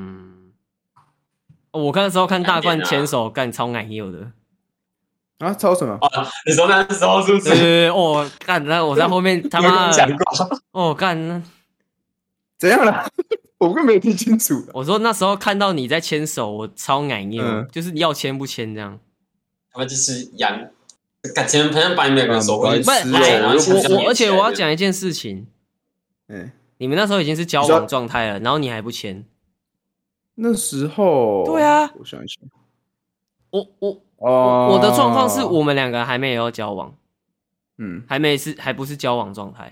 我那时候看大冠牵手，干超奶油的。 啊，超什么？ 你说那时候是不是？ 干，那我在后面他妈讲过。 干， 怎样了？我根本没听清楚。 我说那时候看到你在牵手，我超奶油，就是要牵不牵这样。 他们就是感情朋友把你们两个手回去， 而且我要讲一件事情。你们那时候已经是交往状态了，然后你还不签。那时候， 对啊， 我想一想， 我的状况是我们两个还没有要交往，还不是交往状态，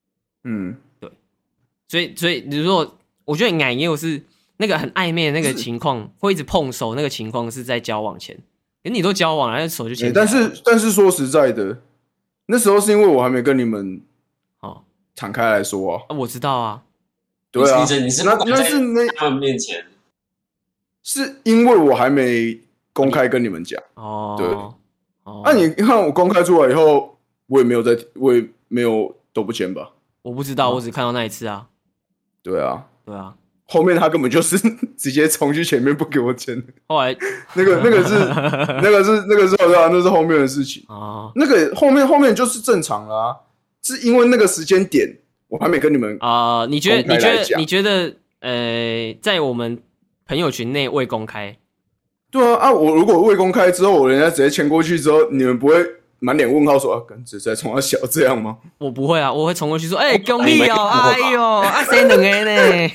对，所以如果我觉得奶也有是那个很暧昧的那个情况，会一直碰手那个情况是在交往前，你都交往了，手就牵。 但是说实在的，那时候是因为我还没跟你们敞开来说啊， 我知道啊， 对啊， 你是那是他们面前， 是因为我还没公开跟你们讲对。那你看我公开出来以后，我也没有都不签吧？ 我不知道，我只看到那一次啊。 对啊， 后面他根本就是直接冲去前面不给我签。 后来那个是那是后面的事情啊。那个后面就是正常啦，是因为那个时间点我还没跟你们你觉得在我们朋友群内未公开？ 对啊，我如果未公开之后，我人家直接签过去之后，你们不会满脸问号说啊，跟直接冲他小这样吗？ 我不会啊，我会冲过去说，恭喜哦，哎呦，生两个呢。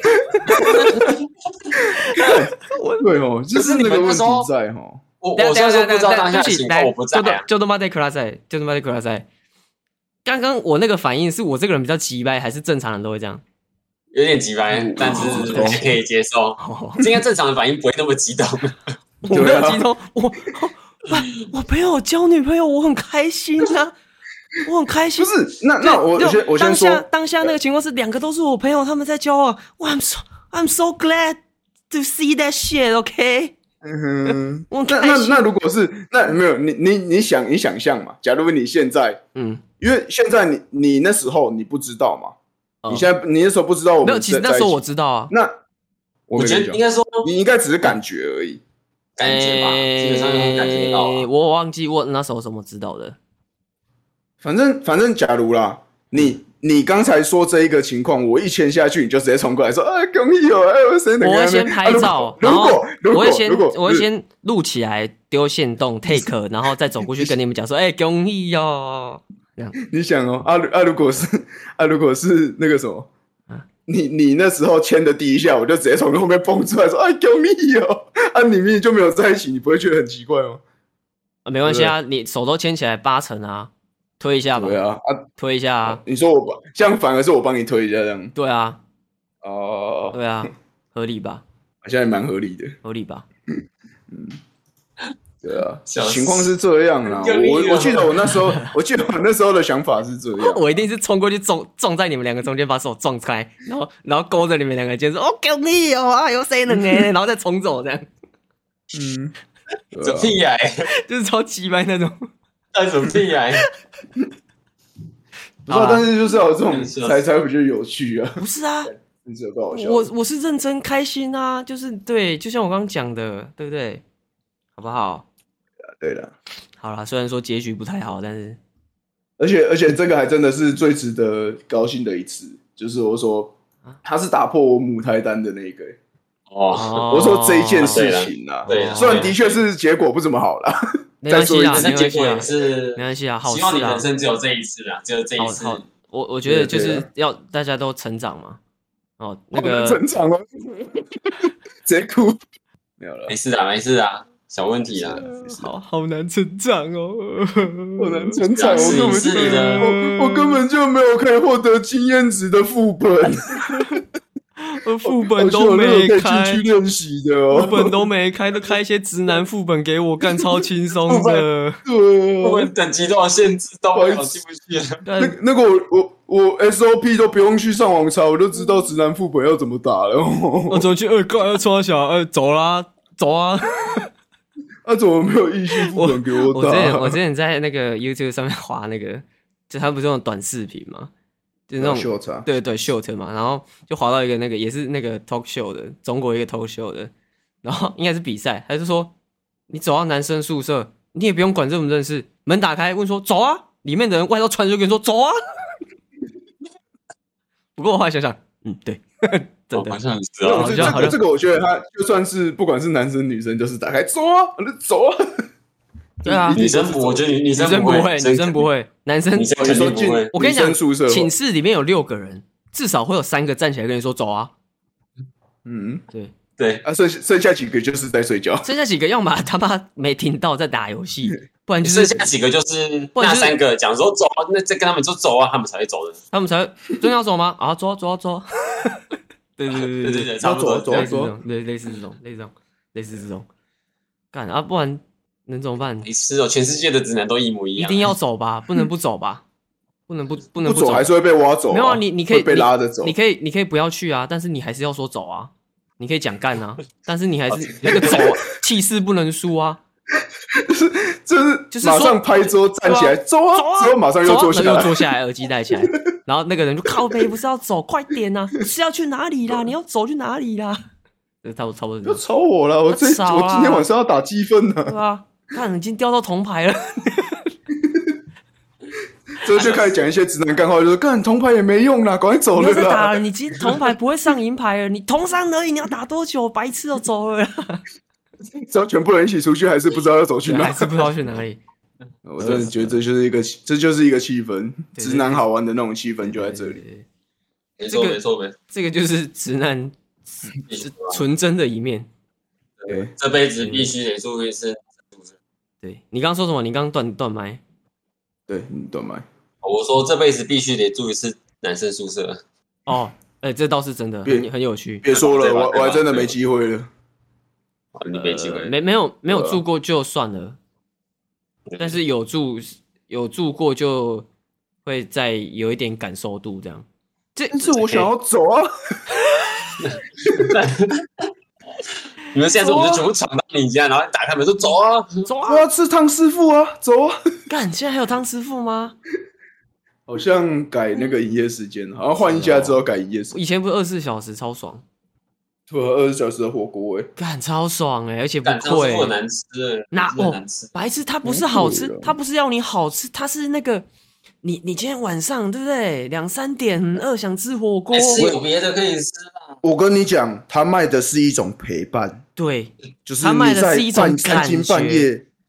对哦，就是那个问题在哦。 我现在不知道当下情况，我不在啊。 就他妈的克拉塞。刚刚我那个反应是我这个人比较急掰，还是正常人都会这样？ 有点急掰，但是还可以接受。这应该正常的反应不会那么激动。 我没有激动，我朋友交女朋友，我很开心啊，我很开心。 不是，那我先说， 当下那个情况是两个都是我朋友，他们在交往。I'm so glad to see that shit. OK。 那如果是那没有你想象嘛？假如你现在因为现在你那时候你不知道嘛？你那时候不知道我们没有，其实那时候我知道啊。 那我觉得应该说你应该只是感觉而已。 感觉吧，基本上感觉到。 我忘记我那时候怎么知道的。 反正，假如啦，你刚才说这一个情况，我一签下去，你就直接冲过来说啊，恭喜哦， 我会先拍照，然后我会先录起来丢限动 take， 然后再走过去跟你们讲说，恭喜哦。 你想哦，如果是那个什么你那时候牵的第一下，我就直接从后面蹦出来说：“哎，救命哦！”啊，你明明就没有在一起，你不会觉得很奇怪吗？ 没关系啊，你手都牵起来8成啊，推一下吧。 对啊， 推一下啊。 你说这样反而是我帮你推一下这样。 对啊。 哦。 对啊，合理吧？ 好像也蛮合理的。 合理吧？ 对啊，情况是这样啦。我记得我那时候的想法是这样。 我一定是冲过去撞在你们两个中间，把手撞开，然后勾着你们两个肩说：“哦，救你哦！啊，有谁能哎？”然后再冲走这样。 这屁癌， 就是超鸡掰那种。 那种屁癌。 不知道，但是就是要有这种才比较有趣啊。 不是啊， 好笑。 我是认真开心啊，就是对，就像我刚刚讲的，对不对？好不好？ 对了， 好啦，虽然说结局不太好，但是而且这个还真的是最值得高兴的一次，就是我说他是打破我母胎单的那个。我说这一件事情啊，虽然的确是结果不怎么好啦， 没关系啊， 那结果也是没关系啊，好事啊。 希望你人生只有这一次啊，只有这一次。 我觉得就是要大家都成长嘛。哦，那个成长哦，直接哭。没有了， 没事啊，没事啊。小问题啊， 好难成长哦， 好难成长。 我根本就没有可以获得经验值的副本， 副本都没开， 去练习的哦， 副本都没开，都开一些直男副本给我干，超轻松的。 对， 副本等级都有限制，都没有进不去。 那个我 SOP 都不用去上网查，我就知道直男副本要怎么打了。 我走去干冲小走啦，走啊。 他怎么没有异性副本给我打？ 我之前在那个 YouTube 上面滑那个，就他不是那种短视频嘛，就是那种 short 对 short 嘛，然后就滑到一个那个也是那个 talk show 的中国一个 talk show 的，然后应该是比赛，他就说你走到男生宿舍，你也不用管认不认识，门打开问说走啊，里面的人外套穿就跟你说走啊。不过我后来想想，对。真的好像是啊， 这个我觉得他就算是不管是男生女生，就是打开走啊，走啊。 对啊， 女生我觉得女生不会，女生不会，男生肯定不会。 我跟你讲，寝室里面有6个人，至少会有3个站起来跟你说走啊。 对啊，剩下几个就是在睡觉， 剩下几个要么他妈没听到在打游戏，不然就是剩下几个就是那3个讲说走，那再跟他们说走啊，他们才会走的。 他们才会真要走吗？啊，走啊走啊走啊。对， 差不多走， 类似这种，干啊，不然能怎么办？ 没事哦，全世界的直男都一模一样， 一定要走吧，不能不走吧，不能不走，还是会被挖走。 没有啊，你可以被拉着走， 你可以不要去啊，但是你还是要说走啊，你可以讲干啊，但是你还是那个走气势不能输啊。 就是马上拍桌站起来走啊，之后马上又坐下来，耳机戴起来，然后那个人就靠北，不是要走，快点啊！是要去哪里啦？你要走去哪里啦？差不多要吵我了，我今天晚上要打积分呢。 对啊，看已经掉到铜牌了。 之后就开始讲一些直男干话，就说干铜牌也没用啦，赶快走了啦。 不要再打了，你今天铜牌不会上银牌了，你铜3而已，你要打多久？白痴都走了啦。 只要全部人一起出去，还是不知道要走去哪， 还是不知道去哪里。 我真的觉得这就是一个气氛，直男好玩的那种气氛就在这里。 没错， 这个就是直男纯真的一面。 对，这辈子必须得做一次。 对，你刚刚说什么？你刚刚断麦。 对，断麦。 我说这辈子必须得住一次男生宿舍。 哦，这倒是真的，很有趣。 别说了，我还真的没机会了。 你没机会， 没有住过就算了，但是有住过就会再有一点感受度这样。 但是我想要走啊！ 你们现在我们就全部闯到你家，然后打开门说走啊， 走啊！ 我要吃汤师傅啊，走啊！ 干，现在还有汤师傅吗？ 好像改那个营业时间，好像换一家之后改营业时间。 以前不是24小时超爽。 对，20小时的火锅干超爽而且不贵。 很难吃， 白痴，它不是好吃，它不是要你好吃，它是那个你今天晚上对不对？2-3点很饿，想吃火锅， 是有别的可以吃啦。 我跟你讲，他卖的是一种陪伴， 对， 就是他卖的是一种半夜，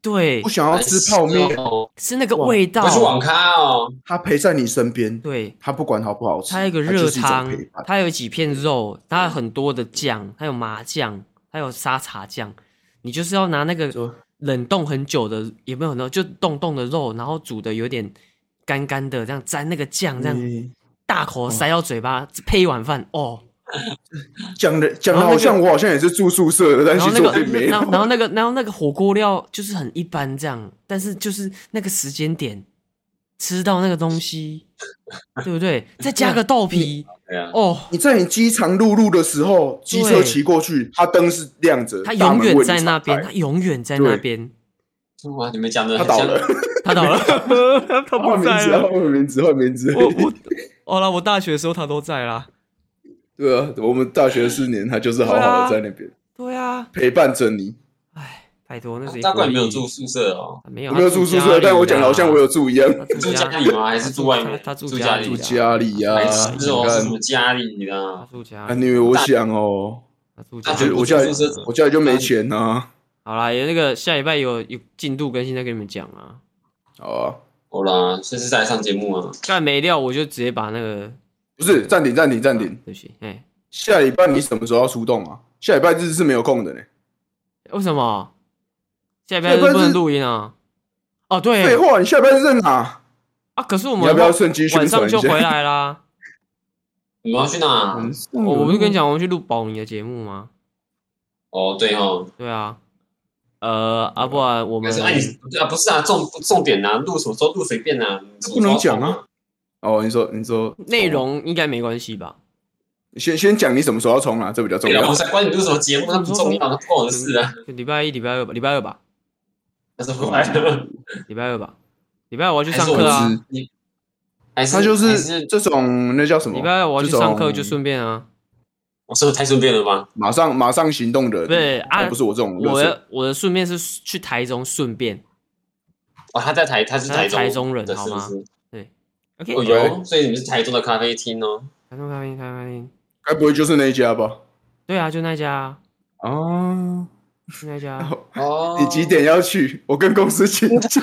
对不，想要吃泡面， 是那个味道我。去网咖哦， 他陪在你身边， 对， 他不管好不好吃， 它有一个他就是一种热汤陪伴， 它有几片肉，它有很多的酱，它有麻酱，还有沙茶酱。你就是要拿那个说冷冻很久的，也没有很多，就冻冻的肉，然后煮的有点干干的，这样沾那个酱，这样大口塞到嘴巴，配一碗饭哦。 讲的然后那个好像我好像也是住宿舍的，但其实然后那个， 我并没有。 然后那个火锅料就是很一般这样，但是就是那个时间点吃到那个东西，对不对？再加个豆皮， 对啊， 哦， 你在你饥肠辘辘的时候，机车骑过去，它灯是亮着， 他永远大门为你在那边， 敞开他永远在那边， 哇，你们讲的他倒了， 他倒了，他不在了。 换名字，换名字。 好了，我大学的时候他都在啦。 对啊，我们大学4年，他就是好好的在那边对啊， 陪伴着你。 哎，拜托，那是大怪你没有住宿舍哦？ 没有， 我没有住宿舍，但我讲的好像我有住一样。 住家里吗？还是住外面？ 他住住家里住家里呀， 还是你这种是什看么家里他的？ 住家啊，你以为我想哦， 他住大家里。 学不我家里住宿舍我家里就没钱啊。 好啦，有那个下礼拜有进度更新再跟你们讲啊。 好啊， 好啦，这是在上节目啊。 干没料我就直接把那个不是暂停， 对不起，哎， 下礼拜你什么时候要出动啊？下礼拜日是没有空的呢。 为什么下礼拜日不能录音啊？哦，对， 废话，你下礼拜日在哪？ 啊，可是我们你要不要趁机宣晚传一下？ 上就回来啦。 你们要去哪？ 我不是跟你讲我们去录宝你的节目吗？ 哦，对哦， 对啊，不然我们可是你不是啊，重点啊，录什么时候录随便啊， 不能讲啊。哦，你说内容应该没关系吧？ 先讲你什么时候要冲啊，这比较重对啊， 要我。才关你录什么节目，那不重要，那不关我的事啊。 就礼拜一、礼拜二吧， 那是不来的， 礼拜二吧，礼拜二我要去上课啊。 你还是他就还是这种那叫什么？ 礼拜二我要去上课， 这种就顺便啊。 我是不是太顺便了吗？ 马上行动的人， 对啊， 而不是我这种垃圾。 我的顺便是去台中顺便。 哦，他是他是台中人的， 好吗是不是？ 对，OK。 哦有，所以你们是台中的咖啡厅哦。 台中咖啡厅。 该不会就是那一家吧？ 对啊，就那家啊， 哦， 就那家。 哦， 你几点要去？我跟公司请假。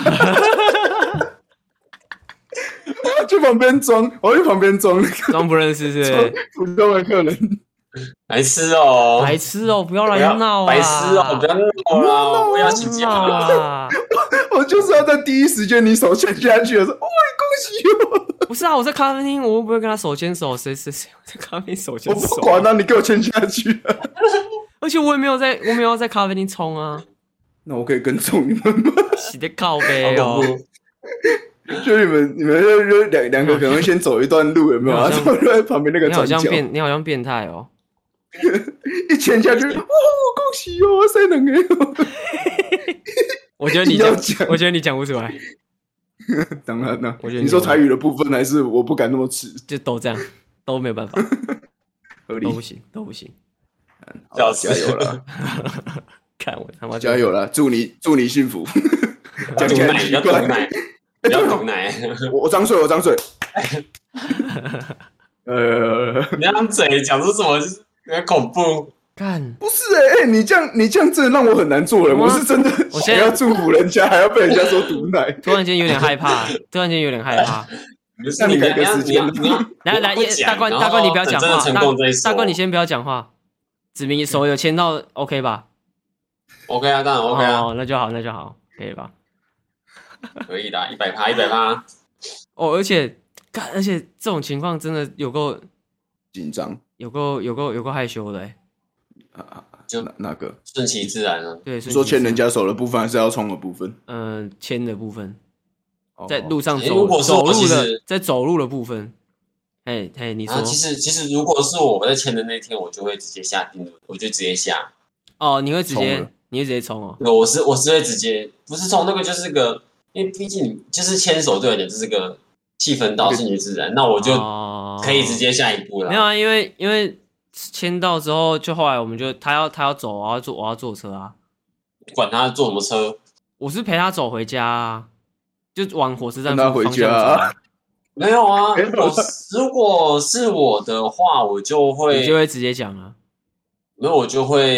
我要去旁边装，我要去旁边装那个装不认识是不是？ 普通的客人。 白痴哦， 白痴哦，不要来闹啊！ 白痴哦，不要闹了，我要请假啊！ 我就是要在第一时间你手牵下去的时候，哇，恭喜我！ 不是啊，我在咖啡厅，我又不会跟他手牵手，谁？我在咖啡厅手牵我手？ 不管啊，你给我牵下去啊！ 而且我也没有在咖啡厅冲啊， 那我可以跟踪你们吗？ 洗的靠背哦。 就你们就两个可能会先走一段路，有没有？然后就在旁边那个转角， 你好像变态哦。 一牵下去，哇，恭喜哦，谁能给我？ 我觉得你讲不出来。 当然了， 我觉得你说台语的部分，还是我不敢那么吃， 就都这样，都没有办法， 合理都不行。 好加油了， 看我他妈加油了，祝你幸福。讲起来奇要怪毒奶，不要毒奶。 我张嘴。 你这样嘴讲出什么？有点恐怖。 干不是你这样真的让我很难做人。我是真的想要祝福人家，还要被人家说毒奶。 突然间有点害怕。 那你给个时间， 来，大冠你不要讲话，大冠你先不要讲话。子明手有牵到 OK 吧 ？OK 啊，当然 OK 啊。 哦，那就好，可以吧？ 可以的，100%。 哦，而且这种情况真的有够紧张， 有够害羞的就哪个？ 顺其自然啊。 对， 说牵人家手的部分，还是要冲的部分？ 牵的部分， 哦在路上如果是我在走路的部分。你说， 其实如果是我在签的那天，我就会直接下定论，我就直接下。 哦，你会直接冲哦？ 我是会直接，不是冲那个，就是个，因为毕竟你就是牵手对我来讲就是个气氛到顺其自然，那我就可以直接下一步了。 没有啊，因为签到之后，就后来我们就他要走，我要坐车啊。 管他坐什么车， 我是陪他走回家啊，就往火车站跟他回家啊。 没有啊，如果是我的话，我就会直接讲啊。 没有，我就会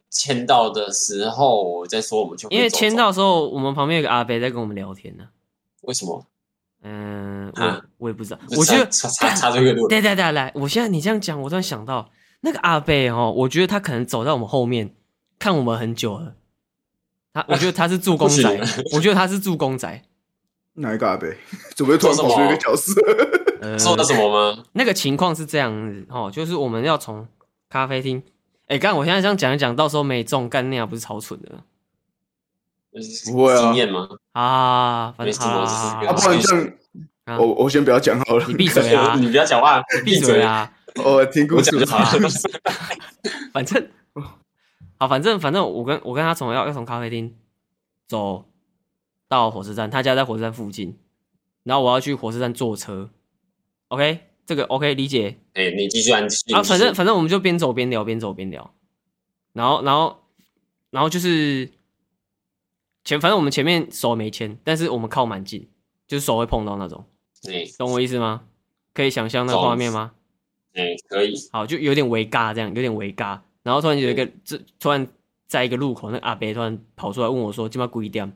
签到的时候我再说，我们就因为签到的时候，我们旁边有个阿伯在跟我们聊天呢。 为什么？ 我也不知道。我觉得插这个路。 对，来，我现在你这样讲，我突然想到那个阿伯哦，我觉得他可能走在我们后面看我们很久了。我觉得他是助攻仔，我觉得他是助攻仔。 哪一个阿伯？怎么会突然跑出一个角色？ 做了什么吗？ 那个情况是这样子哦，就是我们要从咖啡厅。刚我现在这样讲一讲，到时候没中干那样不是超蠢的？ 不会啊， 经验吗？ 反正好， 不然这样，我先不要讲好了。 你闭嘴啊！ 你不要讲话， 你闭嘴啊！ 我听故事就好了。 反正我跟他要从咖啡厅走到火车站，他家在火车站附近，然后我要去火车站坐车。OK， 这个 OK 理解。 你继续安静啊，反正我们就边走边聊，然后就是反正我们前面手没牵，但是我们靠蛮近，就是手会碰到那种。懂我意思吗？可以想象那个画面吗？ 可以。 好，就有点微尬，这样有点微尬。然后突然有一个，突然在一个路口，那个阿伯突然跑出来问我说：“今晚几点？”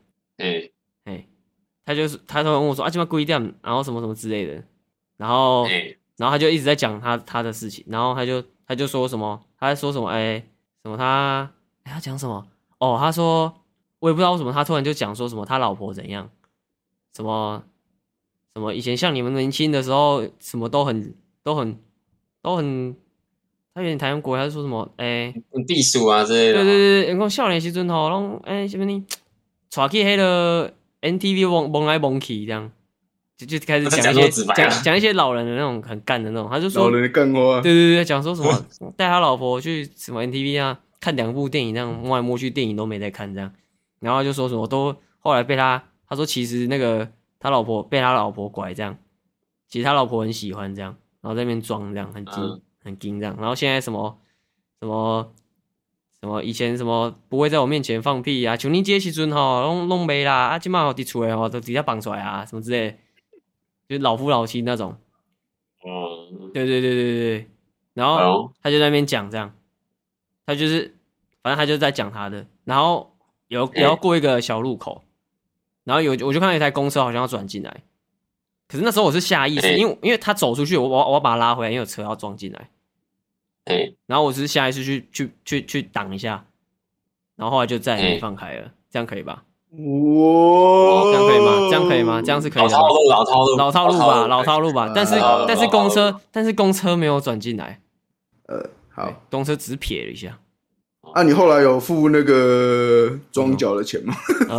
他突然问我说：“啊，今晚几点？”然后什么什么之类的。然后他就一直在讲他的事情。然后他就说什么，他在说什么？什么他讲什么？哦，他说我也不知道为什么，他突然就讲说什么他老婆怎样，什么以前像你们年轻的时候，什么都很。他有点台湾国，他是说什么？ 避暑啊之类的。 对，讲少年时阵吼，拢什么呢？带去迄个 NTV 蒙来蒙去这样，就开始讲一些老人的那种很干的那种。他就说老人的干话。 对，讲说什么带他老婆去什么 NTV 啊，看2部电影，这样摸来摸去，电影都没在看这样。然后就说什么都后来被他说其实那个他老婆被他老婆拐这样，其实他老婆很喜欢这样。然后在那边装这样很硬这样，然后现在什么以前什么不会在我面前放屁啊，像你这时阵吼弄没啦，啊今晚好伫厝诶吼都直接绑出来啊什么之类的，就是老夫老妻那种。对，然后他就在那边讲这样，他就是反正他就在讲他的，然后也要过一个小路口，然后我就看到一台公车好像要转进来。可是那时候我是下意识，因为他走出去，我要把他拉回来，因为有车要撞进来。然后我只是下意识去挡一下，然后后来就再也没放开了，这样可以吧？这样可以吗？这样是可以的吗？老套路吧。但是公车没有转进来。 好， 公车只是瞥了一下。 啊，你后来有付那个装脚的钱吗？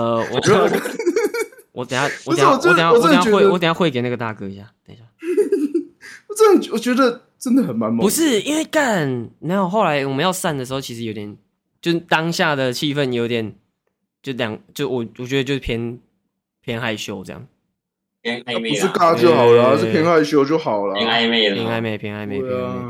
我等下汇给那个大哥一下，等一下。 我觉得真的很蛮猛。 不是因为然后后来我们要散的时候，其实有点，就是当下的气氛有点，就我觉得就是偏害羞这样。 偏暧昧， 不是尬就好了，是偏害羞就好了。 偏暧昧了， 偏暧昧。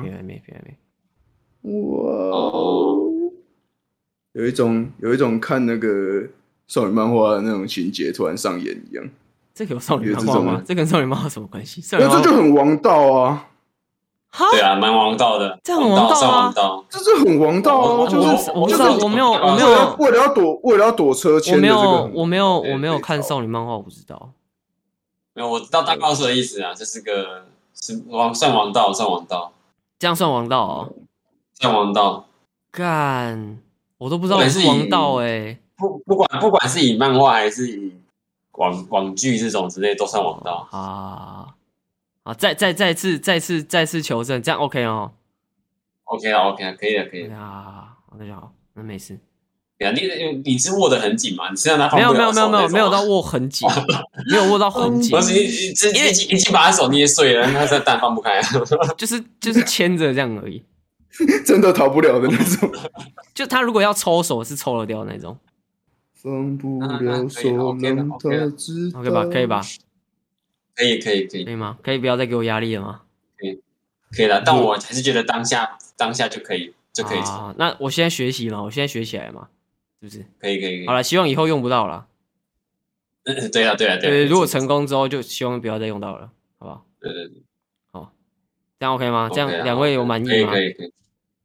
哇，有一种看那个少女漫画的那种情节突然上演一样。 这个有少女漫画吗？这跟少女漫画有什么关系？ 那这就很王道啊！ 对啊，蛮王道的， 这很王道啊！ 这是很王道啊！就是我不知道，我没有为了要躲车签的这个， 我没有看少女漫画，我不知道。 没有，我知道大告诉的意思啊，这是算王道， 这样算王道哦？ 算王道。 干，我都不知道我是王道不管是以漫画还是以网剧这种之类，都算王道啊！再次求证，这样 OK 哦 ？OK 啊，可以的啊，那就好，那没事。 对啊，你是握得很紧嘛？你是让他没有到握很紧，没有握到很紧。 已经把他手捏碎了，他但放不开啊。 就是牵着这样而已， 真的逃不了的那种。 就他如果要抽手，是抽得掉那种。 放不了手，让他知道。 OK 吧？可以吧？ 可以可以吗？可以不要再给我压力了吗？ 可以了，但我还是觉得当下就可以啊。那我现在学习嘛，我现在学起来嘛，是不是？ 可以。 好了，希望以后用不到了。 对啊。 如果成功之后，就希望不要再用到了，好不好？ 对。 好，这样 OK 吗？这样2位有满意吗？ 可以。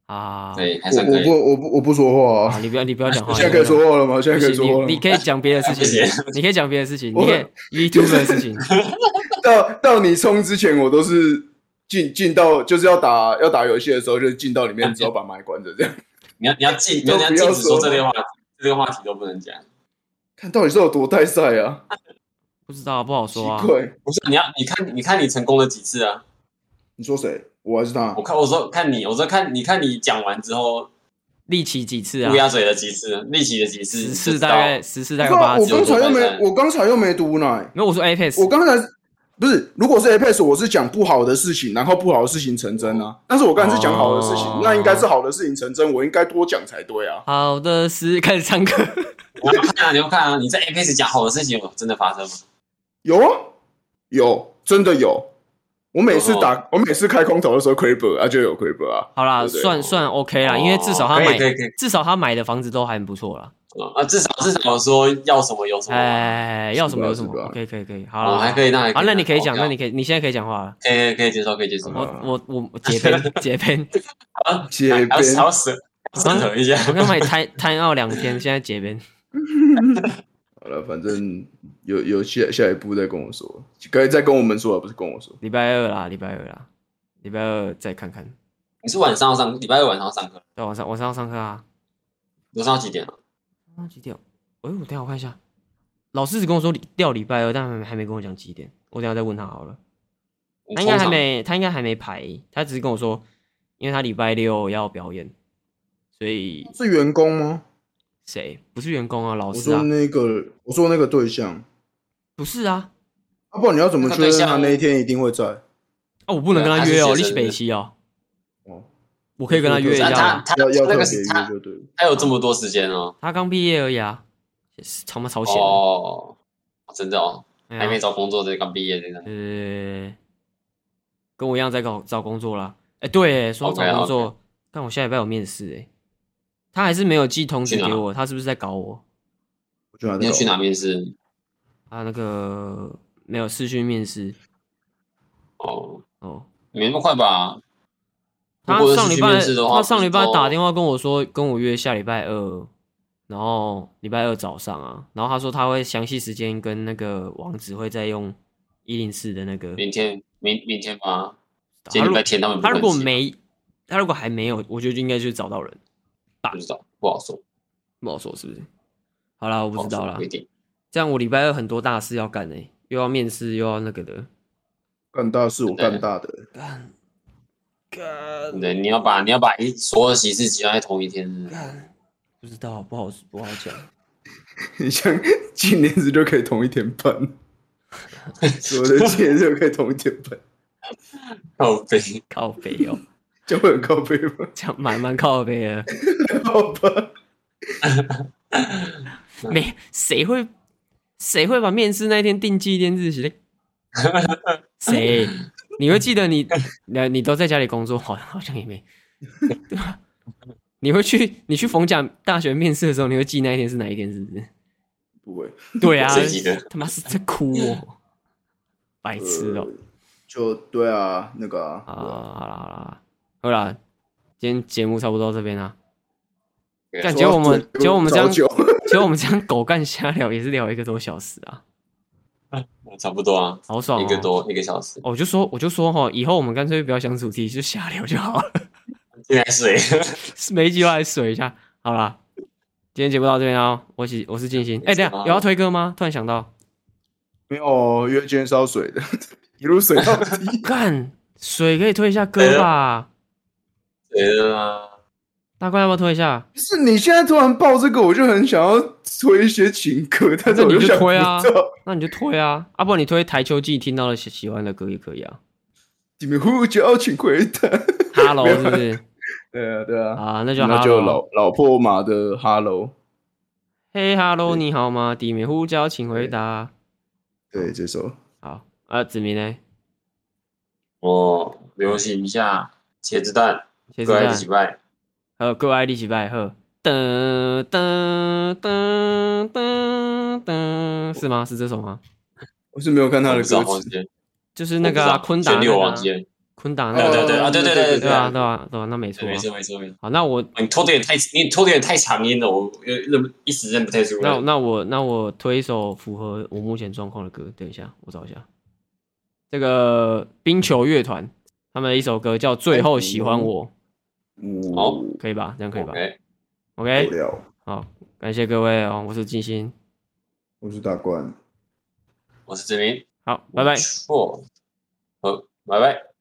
啊， 对，还我算可以。 我不说话啊， 啊。 你不要讲话， 现在可以说话了吗？现在可以说话了吗？ 你可以讲别的事情不行， 你可以讲别的事情， 我你可以 YouTube 的事情。 到你冲之前，我都是进到就是要打游戏的时候，就是进到里面之后把麦关着这样。 你要禁止说这类话题，这个话题都不能讲。 看到底是有多带赛啊？ 不知道，不好说啊。 奇怪， 不是你看你成功了几次啊？ 你说谁？我还是他？ 我说看你讲完之后力气几次啊乌？鸦嘴了几次，力气了几次， 10 就次知道大概8次。 我有刚才又没读奶。 没有，我说 Apex， 我刚才不是，如果是 Apex，我是讲不好的事情，然后不好的事情成真啊。但是我刚才是讲好的事情，那应该是好的事情成真，我应该多讲才对啊。 好的是开始唱歌。 你要看啊！你在 Apex 讲好的事情有真的发生吗？ 有啊，有，真的有。我每次开空投的时候，Kraber 啊就有 Kraber 啊。 好啦， 对不对算 OK 啦，因为至少他买的房子都还很不错啦。 至少说要什么有什么。 哎，要什么有什么。可以，好了， 还可以，那还可以。 好，那你可以讲，你现在可以讲话了。 可以接受。 我解编， 好舍一下。 我刚买摊out2天，现在解编。 好了，反正有下一步再跟我说，可以再跟我们说，不是跟我说。 礼拜二啦，礼拜二再看看。 你是晚上上，礼拜二晚上上课？ 对，晚上要上课啊。 你上到几点啊？ 几点？我等一下我看一下。老师只跟我说调礼拜二，但还没跟我讲几点。我等一下再问他好了。他应该还没排，他只是跟我说，因为他礼拜六要表演，所以是员工吗？ 谁？不是员工啊，老师啊。 我说那个对象不是啊。 不然你要怎么确认他那一天一定会在？ 啊，我不能跟他约哦，你是北七哦。我可以跟他约一下。 要特别约就对了。 他有这么多时间哦。 他刚毕业而已啊，超闲哦，真的哦，还没找工作，刚毕业这个。 跟我一样在找工作啦。对，说找工作，但我下礼拜有面试他还是没有寄通知给我，他是不是在搞我？ 你要去哪面试？ 他那个没有视讯面试。 哦，没那么快吧？ 他上礼拜打电话跟我说，跟我约下礼拜二，然后礼拜二早上啊，然后他说他会详细时间跟那个网址会再用104的那个。 明天吗？今天礼拜天他们他如果还没有，我觉得应该就是找到人。 不知道，不好说是不是？好啦，我不知道啦。 不一定。 这样我礼拜二很多大事要干又要面试又要那个的。 干大事我干大的。 对，你要把所有的喜事集中在同一天。 不知道，不好讲。 你像纪念日就可以同一天办，所有的纪念日可以同一天办。 靠北哦， 这样会很靠北吗？ 这样蛮靠北的。 好吧。 谁会把面试那天定纪念日写？谁？你会记得你都在家里工作，好像也没，对吧？你去逢甲大学面试的时候，你会记那一天是哪一天，是不是？ 不会。 对啊， 谁记得？ 他妈是在哭哦，白痴哦。 就对啊，那个啊。 好啦，今天节目差不多到这边啦。结果我们这样狗干瞎聊，也是聊1个多小时啊。 差不多啊， 好爽 1个小时。 我就说以后我们干脆不要想主题，就瞎聊就好了。 现在水， 每一集都来水一下。好啦，今天节目到这边哦。我是静心。等一下有要推歌吗？突然想到， 没有，因为今天是要水的，一路水到底。 干水可以推一下歌吧？ 对的啊。 大怪要不要推一下？ 是你现在突然报这个，我就很想要推一些情歌，但是我你就推啊， 那你就推啊，不然你推台球季听到了喜欢的歌也可以啊。 你们呼叫请回答 ，Hello 是不是？ 对啊。 那就 Hello， 那就老破马的 Hello。 嘿 Hello， 你好吗？地面呼叫请回答。 对，这首。 好子明呢？ 我流行一下茄子蛋，各爱一起拜。 各爱一起拜贺。噔噔噔噔噔，是吗？是这首吗？ 我是没有看他的歌词， 就是那个昆达旋律我忘记了。 昆达对对对啊，对对对对对啊，对啊，对啊，那没错、啊， 没错没错没错。 好，那我你拖的有点太长音了，我一时认不太出来。 那我推一首符合我目前状况的歌，等一下我找一下，这个冰球乐团他们的一首歌叫《最后喜欢我》， 好， 可以吧？这样可以吧 OK， ？OK，好，感谢各位哦，我是金星， 我是大冠， 我是志明， 好，拜拜。 错，好，拜拜。